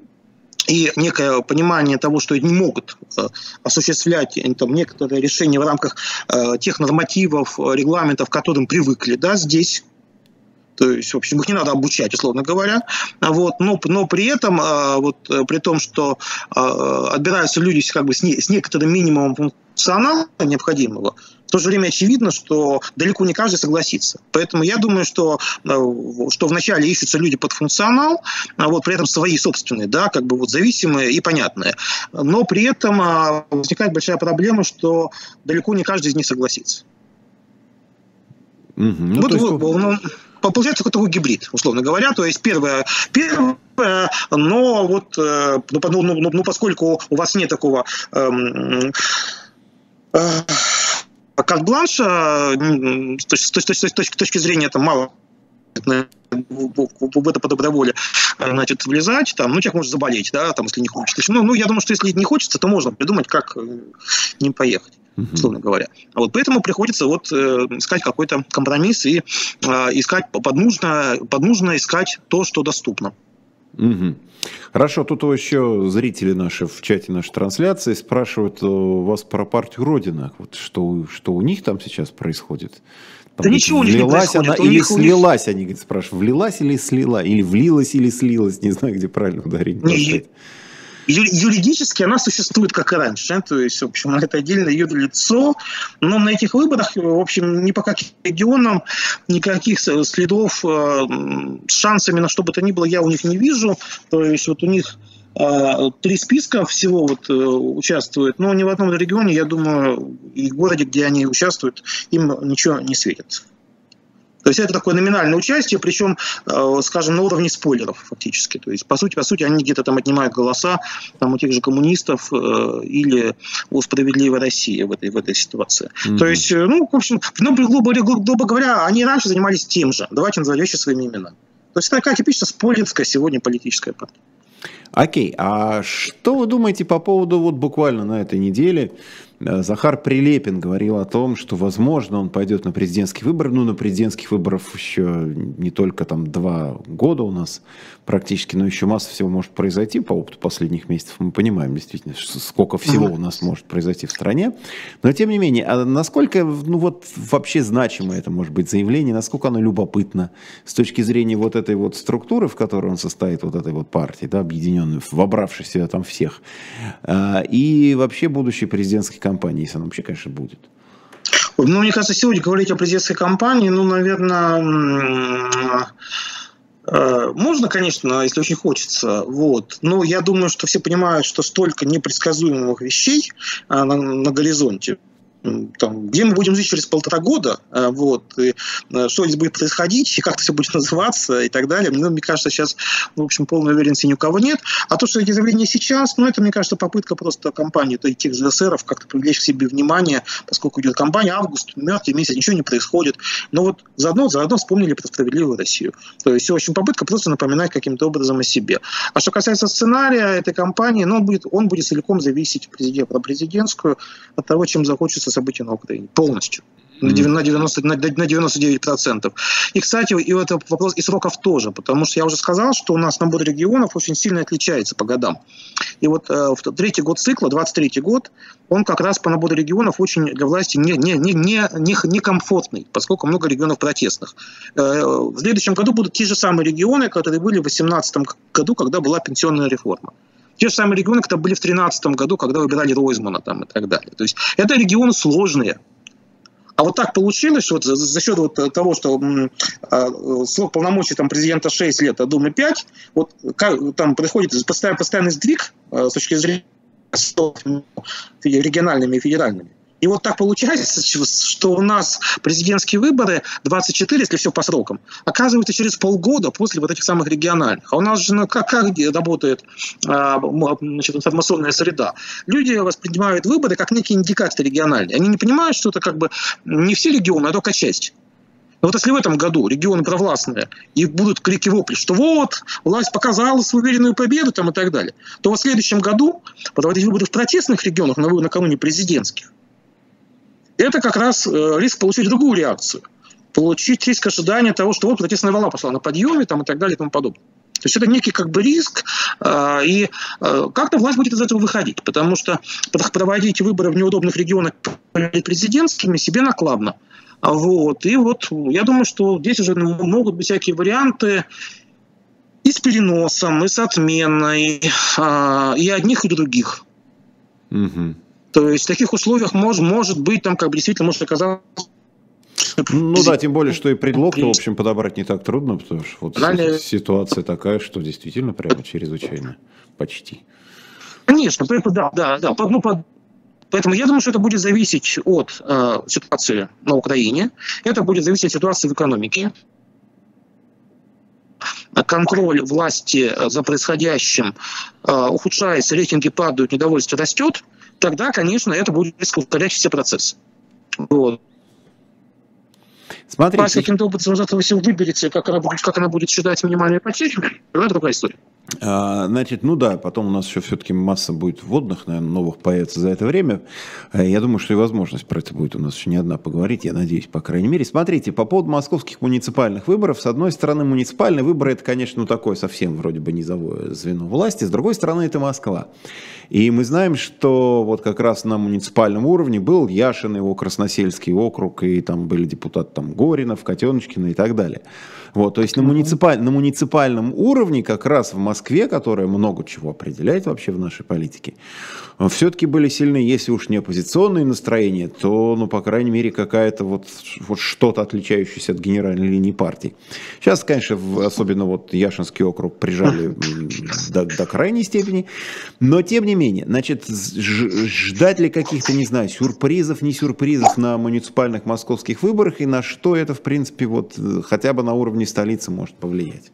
и некое понимание того, что они могут осуществлять там, некоторые решения в рамках тех нормативов, регламентов, к которым привыкли, да, здесь. То есть, в общем, их не надо обучать, условно говоря. Вот, но при этом, при том, что отбираются люди как бы с некоторым минимумом функционала необходимого, в то же время очевидно, что далеко не каждый согласится. Поэтому я думаю, что вначале ищутся люди под функционал, при этом свои собственные, да, как бы вот зависимые и понятные. Но при этом возникает большая проблема, что далеко не каждый из них согласится. Получается какой-то гибрид, условно говоря. То есть первое, но поскольку у вас нет такого карт-бланша, с точки зрения там, мало в это по доброй воле, значит, влезать, там, человек может заболеть, да, там, если не хочет. Я думаю, что если не хочется, то можно придумать, как не поехать, условно говоря. Поэтому приходится искать какой-то компромисс и искать под нужно искать то, что доступно. Хорошо, тут еще зрители наши в чате нашей трансляции спрашивают вас про партию Родина. Вот что у них там сейчас происходит? Там, да ничего у них не происходит. Она или слилась, они спрашивают, влилась или слила, или влилась или слилась, не знаю, где правильно ударить. Юридически она существует как и раньше, то есть, в общем, это отдельное юрлицо, но на этих выборах, в общем, ни по каким регионам никаких следов с шансами на что бы то ни было я у них не вижу, то есть вот у них 3 списка всего вот участвует, но ни в одном регионе, я думаю, и в городе, где они участвуют, им ничего не светит. То есть это такое номинальное участие, причем, скажем, на уровне спойлеров фактически. То есть, по сути, они где-то там отнимают голоса там, у тех же коммунистов или у «Справедливой России» в этой ситуации. То есть, в общем, грубо говоря, они раньше занимались тем же. Давайте назовем вещи своими именами. То есть, такая типичная спойлерская сегодня политическая партия. Окей, а что вы думаете по поводу, вот буквально на этой неделе, Захар Прилепин говорил о том, что, возможно, он пойдет на президентские выборы. Ну, на президентских выборах еще не только там 2 года у нас практически, но еще масса всего может произойти по опыту последних месяцев. Мы понимаем действительно, сколько всего у нас может произойти в стране. Но, тем не менее, а насколько, вообще значимо это может быть заявление, насколько оно любопытно с точки зрения вот этой вот структуры, в которой он состоит, вот этой вот партии, да, объединенной, вобравшей в себя там всех, и вообще будущей президентской кампании, если она вообще, конечно, будет. Мне кажется, сегодня говорить о президентской кампании, наверное, можно, конечно, если очень хочется, но я думаю, что все понимают, что столько непредсказуемых вещей на горизонте, где мы будем жить через 1,5 года, и что здесь будет происходить, и как это все будет называться и так далее. Мне кажется, сейчас, в общем, полной уверенности ни у кого нет. А то, что эти заявления сейчас, это, мне кажется, попытка просто компании, тех же эсеров, как-то привлечь к себе внимание, поскольку идет кампания, август, мертвый месяц, ничего не происходит. Но заодно вспомнили про «Справедливую Россию». То есть, в общем, попытка просто напоминать каким-то образом о себе. А что касается сценария этой кампании, он будет целиком зависеть про президентскую от того, чем захочется события на Украине. Полностью. На 99%. И, кстати, это вопрос и сроков тоже, потому что я уже сказал, что у нас набор регионов очень сильно отличается по годам. И вот в 3-й год цикла, 23-й год, он как раз по набору регионов очень для власти некомфортный, поскольку много регионов протестных. В следующем году будут те же самые регионы, которые были в 2018 году, когда была пенсионная реформа. Те же самые регионы, которые были в 2013 году, когда выбирали Ройзмана и так далее. То есть это регионы сложные. А вот так получилось, что за счет того, что срок полномочий президента 6 лет, а Думы 5, там происходит постоянный сдвиг с точки зрения региональными и федеральными. И вот так получается, что у нас президентские выборы 24, если все по срокам, оказываются через полгода после вот этих самых региональных. А у нас же как работает информационная среда? Люди воспринимают выборы как некий индикатор региональный. Они не понимают, что это не все регионы, а только часть. Но если в этом году регионы провластные, и будут крики вопли, что власть показала свою уверенную победу и так далее, то в следующем году проводить выборы в протестных регионах накануне президентских, это как раз риск получить другую реакцию. Получить риск ожидания того, что протестная волна пошла на подъеме и так далее и тому подобное. То есть это некий риск, и как-то власть будет из этого выходить, потому что проводить выборы в неудобных регионах президентскими себе накладно. И я думаю, что здесь уже могут быть всякие варианты и с переносом, и с отменой, и одних, и других. Угу. То есть в таких условиях может быть, действительно может оказаться... тем более, что и предлог-то, в общем, подобрать не так трудно, потому что ситуация такая, что действительно прямо чрезвычайно почти. Конечно, да. Поэтому я думаю, что это будет зависеть от ситуации на Украине, это будет зависеть от ситуации в экономике. Контроль власти за происходящим ухудшается, рейтинги падают, недовольство растет, тогда, конечно, это будет ускорять все процессы. Смотрите. Если каким-то образом из этого всего выберете, как она будет считать минимальные потери, это другая история. Потом у нас еще все-таки масса будет вводных, наверное, новых появится за это время. Я думаю, что и возможность про это будет у нас еще не одна поговорить, я надеюсь, по крайней мере. Смотрите, по поводу московских муниципальных выборов, с одной стороны, муниципальные выборы, это, конечно, такое совсем вроде бы низовое звено власти, с другой стороны, это Москва. И мы знаем, что как раз на муниципальном уровне был Яшин, его Красносельский округ, и там были депутаты Горинов, Котеночкина и так далее. То есть на муниципальном уровне как раз в Москве Москве, которая много чего определяет вообще в нашей политике, все-таки были сильны, если уж не оппозиционные настроения, то, ну, по крайней мере, какая-то вот что-то отличающееся от генеральной линии партии. Сейчас, конечно, особенно вот Яшинский округ прижали до крайней степени, но тем не менее, значит, ждать ли каких-то, не знаю, сюрпризов, не сюрпризов на муниципальных московских выборах, и на что это, в принципе, вот хотя бы на уровне столицы может повлиять?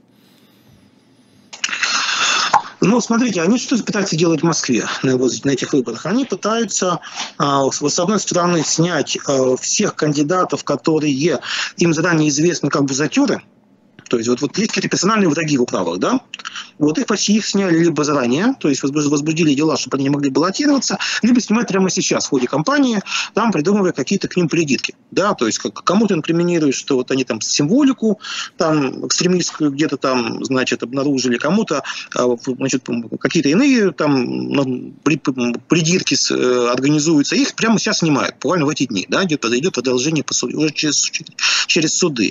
Ну, смотрите, они что пытаются делать в Москве на этих выборах? Они пытаются, с одной стороны, снять всех кандидатов, которые им заранее известны как бузатеры. То есть вот есть какие-то персональные враги в управах, да? Вот их почти сняли либо заранее, то есть возбудили дела, чтобы они не могли баллотироваться, либо снимать прямо сейчас в ходе кампании, там придумывая какие-то к ним придирки, да? То есть кому-то инкриминируют, что вот они там символику там экстремистскую где-то там, значит, обнаружили, кому-то, значит, какие-то иные там придирки организуются, их прямо сейчас снимают, буквально в эти дни, да? Идет продолжение уже через суды.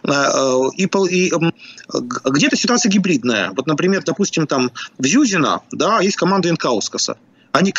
И где-то ситуация гибридная. Вот, например, допустим, там в Зюзино, да, есть команда Инкаускаса. Они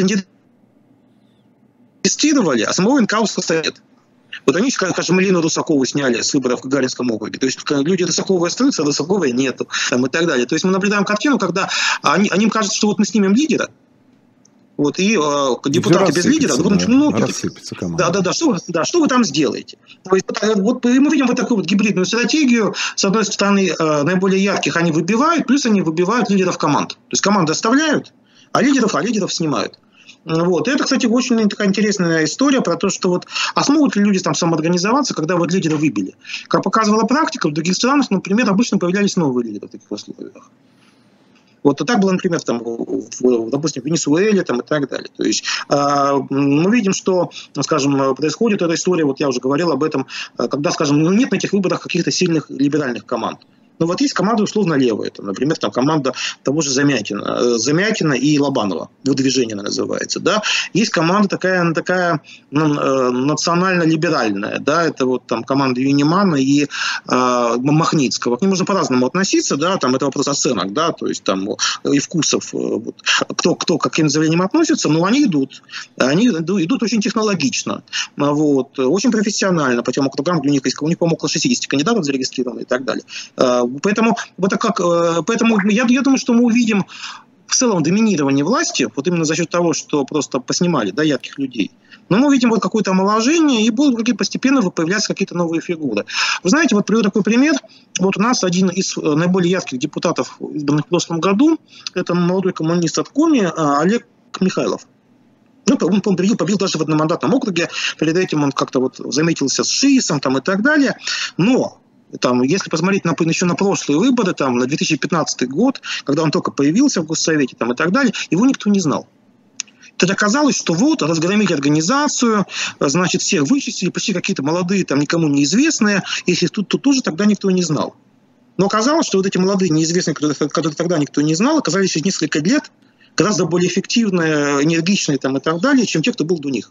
тестировали, а самого Инкаускаса нет. Вот они, скажем, Элину Русакову сняли с выборов в Гагаринском округе. То есть люди Русаковой остаются, а Русаковой нету. Там, и так далее. То есть мы наблюдаем картину, когда им кажется, что вот мы снимем лидера, вот, и депутаты без лидера, рассыпется команда. Да, что вы там сделаете? То есть, вот мы видим вот такую вот гибридную стратегию. С одной стороны, наиболее ярких они выбивают, плюс они выбивают лидеров команд. То есть команды оставляют, а лидеров снимают. Вот. И это, кстати, очень такая интересная история про то, что вот, а смогут ли люди там самоорганизоваться, когда вот лидера выбили? Как показывала практика, в других странах, например, обычно появлялись новые лидеры в таких условиях. Вот и так было, например, там, допустим, в Венесуэле там, и так далее. То есть мы видим, что, скажем, происходит эта история, вот я уже говорил об этом, когда, скажем, нет на этих выборах каких-то сильных либеральных команд. Ну вот есть команда условно левая, там, например, там команда того же Замятина и Лобанова, «Выдвижение» она называется, да. Есть команда такая национально-либеральная, да, это вот там команда Юнимана и Махницкого. К ним можно по-разному относиться, да, там это вопрос оценок, да, то есть там и вкусов, вот, кто к каким заявлениям относится, но они идут очень технологично, вот, очень профессионально по тем округам, где у них, по-моему, около 60 кандидатов зарегистрировано и так далее. Поэтому я думаю, что мы увидим в целом доминирование власти, вот именно за счет того, что просто поснимали, да, ярких людей. Но мы увидим вот какое-то омоложение, и будут постепенно появляться какие-то новые фигуры. Вы знаете, вот приведу такой пример. Вот у нас один из наиболее ярких депутатов, избранных в прошлом году, это молодой коммунист от Коми Олег Михайлов. Ну, он побил даже в одномандатном округе. Перед этим он как-то вот заметился с ШИСом там, и так далее. Но там, если посмотреть еще на прошлые выборы, там, на 2015 год, когда он только появился в Госсовете там, и так далее, его никто не знал. Тогда казалось, что вот, разгромили организацию, значит, всех вычистили, почти какие-то молодые, там, никому неизвестные, если тут тоже тогда никто не знал. Но оказалось, что вот эти молодые неизвестные, которые тогда никто не знал, оказались через несколько лет гораздо более эффективные, энергичные там, и так далее, чем те, кто был до них.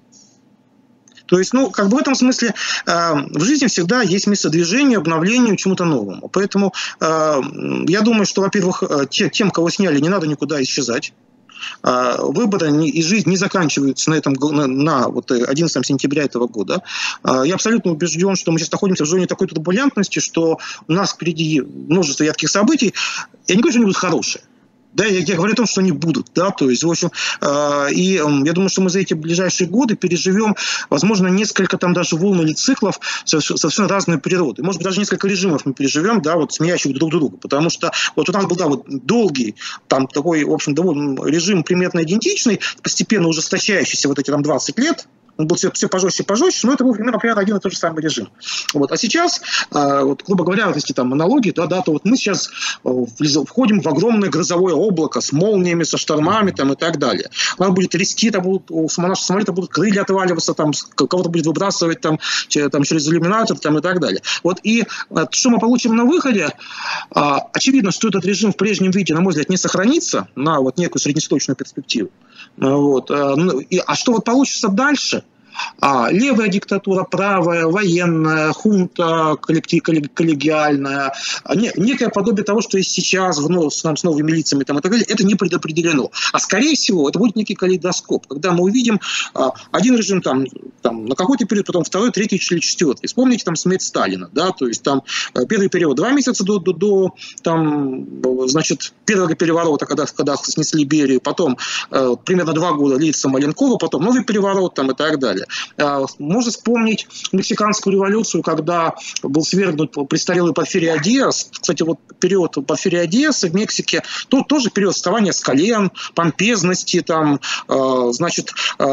То есть, ну, как бы в этом смысле в жизни всегда есть место движению, обновлению, чему-то новому. Поэтому я думаю, что, во-первых, тем, кого сняли, не надо никуда исчезать. Выборы и жизнь не заканчиваются на вот 11 сентября этого года. Я абсолютно убежден, что мы сейчас находимся в зоне такой турбулентности, что у нас впереди множество ярких событий. Я не говорю, что они будут хорошие. Да, я говорю о том, что они будут, да, то есть, в общем, и я думаю, что мы за эти ближайшие годы переживем, возможно, несколько там даже волн или циклов совершенно разной природы. Может быть, даже несколько режимов мы переживем, да, вот сменяющих друг друга, потому что вот у нас был, да, вот долгий, там такой, в общем, довольно режим примерно идентичный, постепенно ужесточающийся вот эти там 20 лет, он был все пожестче, но это был примерно один и тот же самый режим. Вот. А сейчас, вот, грубо говоря, вот эти там аналогии, да, то вот мы сейчас входим в огромное грозовое облако с молниями, со штормами там, и так далее. Нас будет трясти, у наших самолета будут крылья отваливаться, там, кого-то будет выбрасывать там, через иллюминатор там, и так далее. Вот. И что мы получим на выходе? Очевидно, что этот режим в прежнем виде, на мой взгляд, не сохранится на вот некую среднесрочную перспективу. Вот. А что вот получится дальше? Левая диктатура, правая, военная, хунта, коллегиальная, некое подобие того, что есть сейчас с новыми лицами там, и так далее, это не предопределено. А скорее всего, это будет некий калейдоскоп, когда мы увидим один режим там на какой-то период, потом второй, третий или четвертый. Вспомните там смерть Сталина, да, то есть там первый период 2 месяца до там, значит, первого переворота, когда снесли Берию, потом примерно 2 года лица Маленкова, потом новый переворот там, и так далее. Можно вспомнить Мексиканскую революцию, когда был свергнут престарелый Порфирий Диас. Кстати, вот период Порфирия Диаса в Мексике, тут тоже период вставания с колен, помпезности, там, значит,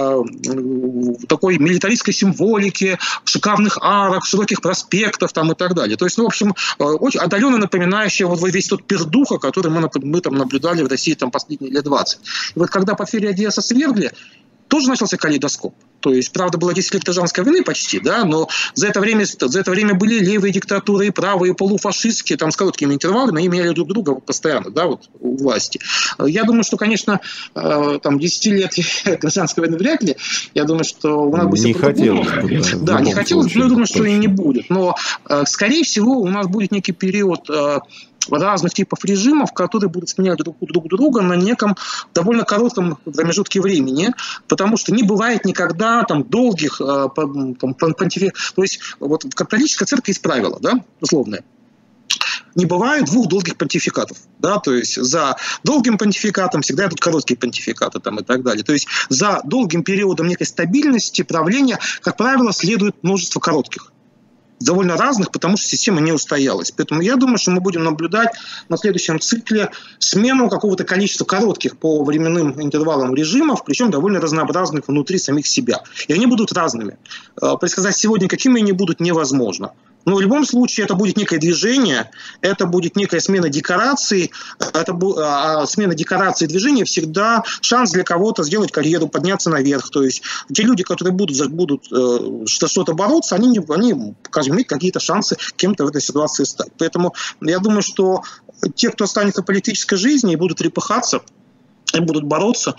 такой милитаристской символики, шикарных арок, широких проспектов там, и так далее. То есть, в общем, очень отдаленно напоминающее вот весь тот пердуха, который мы там наблюдали в России там, последние лет 20. И вот когда Порфирия Диаса свергли, тоже начался калейдоскоп. То есть, правда, было 10 лет гражданской войны почти, да, но за это время были левые диктатуры, и правые, и полуфашистские, там с короткими интервалами, они меняли друг друга постоянно, да, вот у власти. Я думаю, что, конечно, там 10 лет гражданской войны вряд ли. Я думаю, что у нас будет не хотелось бы. Да, не хотелось, но я думаю, что и не будет. Но, скорее всего, у нас будет некий период разных типов режимов, которые будут сменять друг друга на неком довольно коротком промежутке времени, потому что не бывает никогда там долгих понтификатов. То есть вот в католической церкви есть правило, да, условное. Не бывает 2 долгих понтификатов, да, то есть за долгим понтификатом всегда идут короткие понтификаты там, и так далее. То есть за долгим периодом некой стабильности правления, как правило, следует множество коротких. Довольно разных, потому что система не устоялась. Поэтому я думаю, что мы будем наблюдать на следующем цикле смену какого-то количества коротких по временным интервалам режимов, причем довольно разнообразных внутри самих себя. И они будут разными. Предсказать сегодня, какими они будут, невозможно. Но в любом случае это будет некое движение, это будет некая смена декораций. Смена декораций и движения всегда шанс для кого-то сделать карьеру, подняться наверх. То есть те люди, которые будут что-то бороться, они скажем, иметь какие-то шансы кем-то в этой ситуации стать. Поэтому я думаю, что те, кто останется в политической жизни и будут репыхаться, и будут бороться,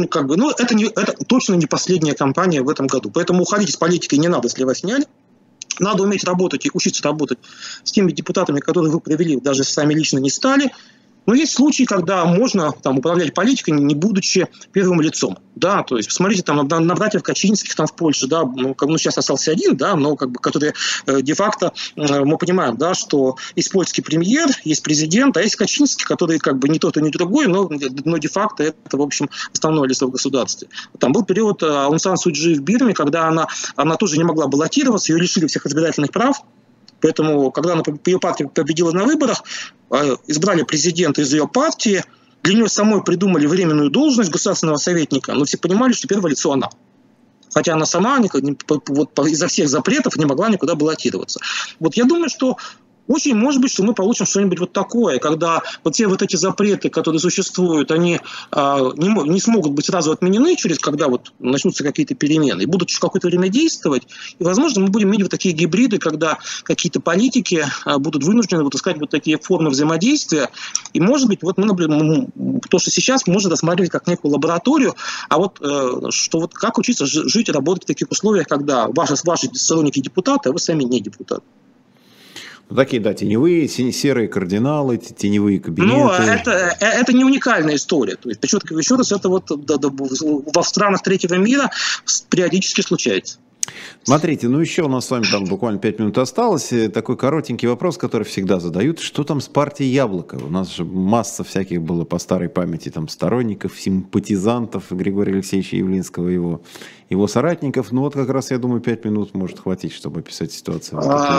это точно не последняя кампания в этом году. Поэтому уходить из политики не надо, если вас сняли. Надо уметь работать и учиться работать с теми депутатами, которые вы провели, даже сами лично не стали. Но есть случаи, когда можно там, управлять политикой, не будучи первым лицом. Да, то есть, посмотрите там, на братьев Качинских там, в Польше, да, сейчас остался один, да, но которые де-факто мы понимаем, да, что есть польский премьер, есть президент, а есть Качинский, который не тот и не другой, но де-факто это, в общем, основное лицо в государстве. Там был период Аун Сан Су Чжи в Бирме, когда она тоже не могла баллотироваться, ее лишили всех избирательных прав. Поэтому, когда ее партия победила на выборах, избрали президента из ее партии, для нее самой придумали временную должность государственного советника, но все понимали, что первое лицо она. Хотя она сама из-за всех запретов не могла никуда баллотироваться. Вот я думаю, что очень может быть, что мы получим что-нибудь вот такое, когда вот все вот эти запреты, которые существуют, они не смогут быть сразу отменены, когда вот начнутся какие-то перемены, и будут еще какое-то время действовать. И, возможно, мы будем иметь вот такие гибриды, когда какие-то политики будут вынуждены искать вот такие формы взаимодействия. И, может быть, вот мы наблюдаем то, что сейчас можно рассматривать как некую лабораторию, а вот что вот как учиться жить и работать в таких условиях, когда ваши сторонники депутаты, а вы сами не депутаты. Такие, да, теневые, серые кардиналы, теневые кабинеты. Но это не уникальная история. То есть, подчеркиваю еще раз, это во странах третьего мира периодически случается. Смотрите, еще у нас с вами там буквально 5 минут осталось. Такой коротенький вопрос, который всегда задают. Что там с партией «Яблоко»? У нас же масса всяких было по старой памяти там сторонников, симпатизантов Григория Алексеевича Явлинского, его соратников. Ну вот как раз, я думаю, 5 минут может хватить, чтобы описать ситуацию.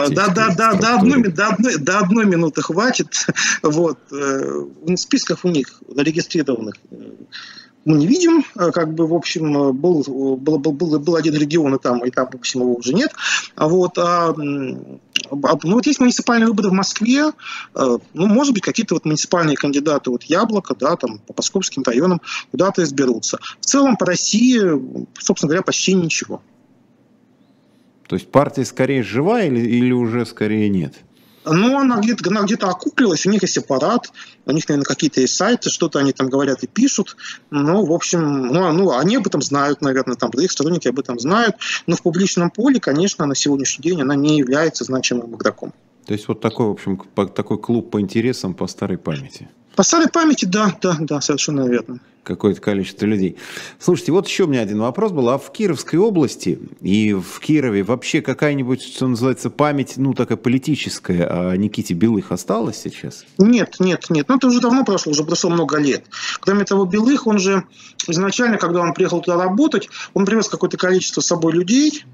До 1 минуты хватит. Вот. В списках у них зарегистрированных мы не видим, в общем, был один регион, и там, в общем, его уже нет. Вот есть муниципальные выборы в Москве, может быть, какие-то муниципальные кандидаты «Яблоко», да, там, по московским районам куда-то изберутся. В целом, по России, собственно говоря, почти ничего. То есть партия скорее жива или уже скорее нет? Ну, она где-то окуклилась, у них есть аппарат, у них, наверное, какие-то есть сайты, что-то они там говорят и пишут. Ну, в общем, они об этом знают, наверное, там, их сторонники об этом знают. Но в публичном поле, конечно, на сегодняшний день она не является значимым игроком. То есть вот такой, в общем, такой клуб по интересам, по старой памяти. По старой памяти, да, совершенно верно. Какое-то количество людей. Слушайте, вот еще у меня один вопрос был. А в Кировской области и в Кирове вообще какая-нибудь, что называется, память, такая политическая о Никите Белых осталась сейчас? Нет. Ну, это уже давно прошло, уже прошло много лет. Кроме того, Белых, он же изначально, когда он приехал туда работать, он привез какое-то количество с собой людей,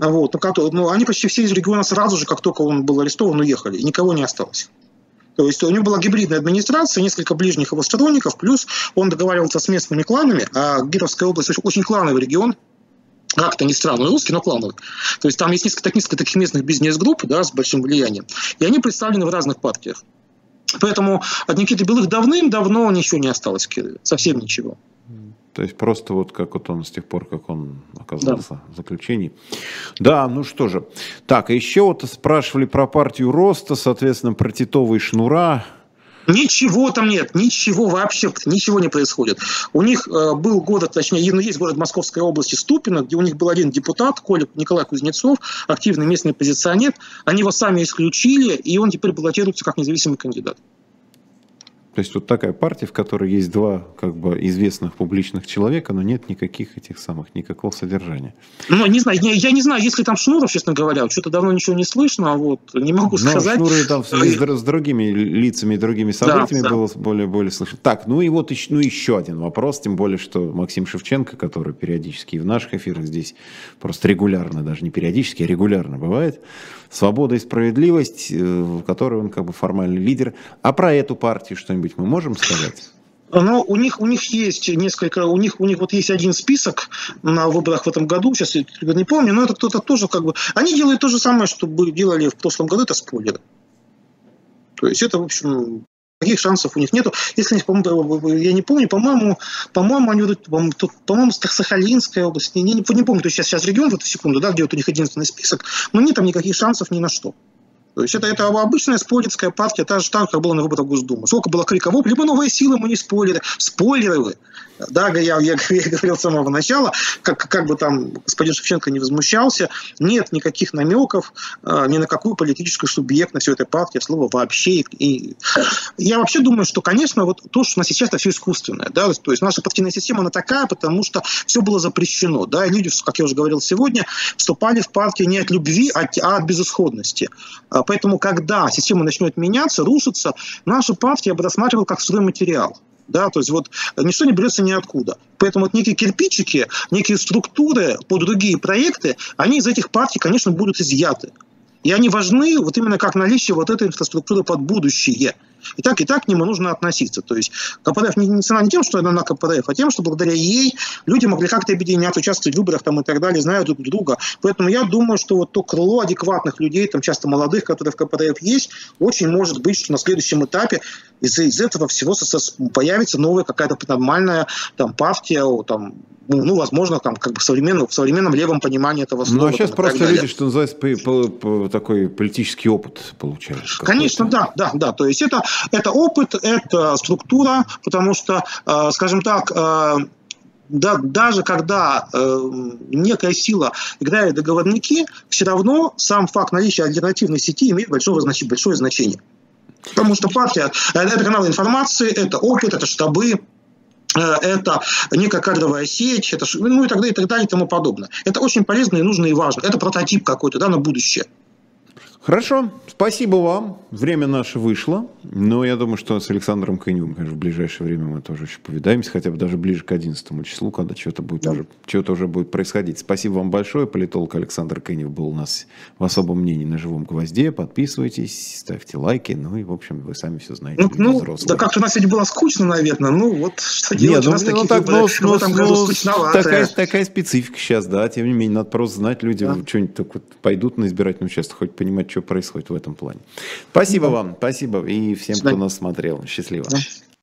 они почти все из региона сразу же, как только он был арестован, уехали, и никого не осталось. То есть у него была гибридная администрация, несколько ближних его сторонников, плюс он договаривался с местными кланами, а Кировская область очень клановый регион, как-то не странно, русский, но клановый. То есть там есть несколько таких местных бизнес-групп, да, с большим влиянием, и они представлены в разных партиях. Поэтому от Никиты Белых давным-давно ничего не осталось в Кирове, совсем ничего. То есть просто вот как вот он с тех пор, как он оказался в заключении. Да, ну что же. Так, а еще вот спрашивали про партию Роста, соответственно, про Титова и Шнура. Ничего там нет, ничего вообще, ничего не происходит. У них был город, точнее, есть город Московской области Ступино, где у них был один депутат, Николай Кузнецов, активный местный оппозиционер. Они его сами исключили, и он теперь баллотируется как независимый кандидат. То есть вот такая партия, в которой есть два известных публичных человека, но нет никакого содержания. Ну, не знаю, я не знаю, есть ли там Шнуров, честно говоря, что-то давно ничего не слышно, не могу сказать. Шнуры там с другими лицами, другими событиями было более слышно. Так, еще один вопрос, тем более, что Максим Шевченко, который периодически и в наших эфирах здесь просто регулярно, даже не периодически, а регулярно бывает, «Свобода и справедливость», в которой он формальный лидер. А про эту партию что-нибудь мы можем сказать? Но у них есть несколько, у них вот есть один список на выборах в этом году, сейчас я не помню, но это кто-то тоже они делают то же самое, что делали в прошлом году, это спойлеры. То есть это, в общем, таких шансов у них нету. Если я не помню, по-моему, они Сахалинская область, не помню, то есть сейчас регион в эту секунду, да, где вот у них единственный список, но нет там никаких шансов ни на что. То есть это обычная спойлерская партия, та же, как было на выборах Госдумы. Сколько было криков, либо новые силы, мы не спойлеры. Спойлеры вы. Да, я говорил с самого начала, как бы там господин Шевченко не возмущался, нет никаких намеков ни на какую политическую субъектность у этой партии, слова вообще. И я вообще думаю, что, конечно, вот то, что у нас сейчас, это все искусственное. Да? То есть наша партийная система, она такая, потому что все было запрещено. Да? И люди, как я уже говорил сегодня, вступали в партию не от любви, а от безысходности. Поэтому, когда система начнет меняться, рушиться, наша партия я бы рассматривала как стройматериал. Да, то есть вот ничто не берется ниоткуда. Поэтому вот некие кирпичики, некие структуры под другие проекты, они из этих партий, конечно, будут изъяты. И они важны вот именно как наличие вот этой инфраструктуры под будущее. И так к нему нужно относиться. То есть КПРФ не цена не тем, что она на КПРФ, а тем, что благодаря ей люди могли как-то объединяться, участвовать в выборах там, и так далее, знают друг друга. Поэтому я думаю, что вот то крыло адекватных людей, там часто молодых, которые в КПРФ есть, очень может быть, что на следующем этапе из этого всего появится новая какая-то нормальная там, партия, там, возможно, там, как бы в современном левом понимании этого слова. Ну, а сейчас просто люди, что называется, такой политический опыт получают. Конечно, да. То есть это опыт, это структура, потому что, скажем так, даже когда некая сила играет договорники, все равно сам факт наличия альтернативной сети имеет большое значение. Потому что партия – это канал информации, это опыт, это штабы, это некая кадровая сеть, и так далее, и тому подобное. Это очень полезно и нужно, и важно. Это прототип какой-то, да, на будущее. Хорошо, спасибо вам. Время наше вышло, но я думаю, что с Александром Коневым, конечно, в ближайшее время мы тоже еще повидаемся, хотя бы даже ближе к 11 числу, когда что-то уже будет происходить. Спасибо вам большое. Политолог Александр Конев был у нас в особом мнении на живом гвозде. Подписывайтесь, ставьте лайки, и, в общем, вы сами все знаете. Да как-то у нас сегодня было скучно, наверное. Что делать? У нас такие выборы в этом году скучновато. Такая специфика сейчас, да. Тем не менее, надо просто знать, люди что-нибудь так пойдут на избирательный участок, хоть понимать, что происходит в этом плане. Спасибо вам, спасибо и всем, кто нас смотрел. Счастливо.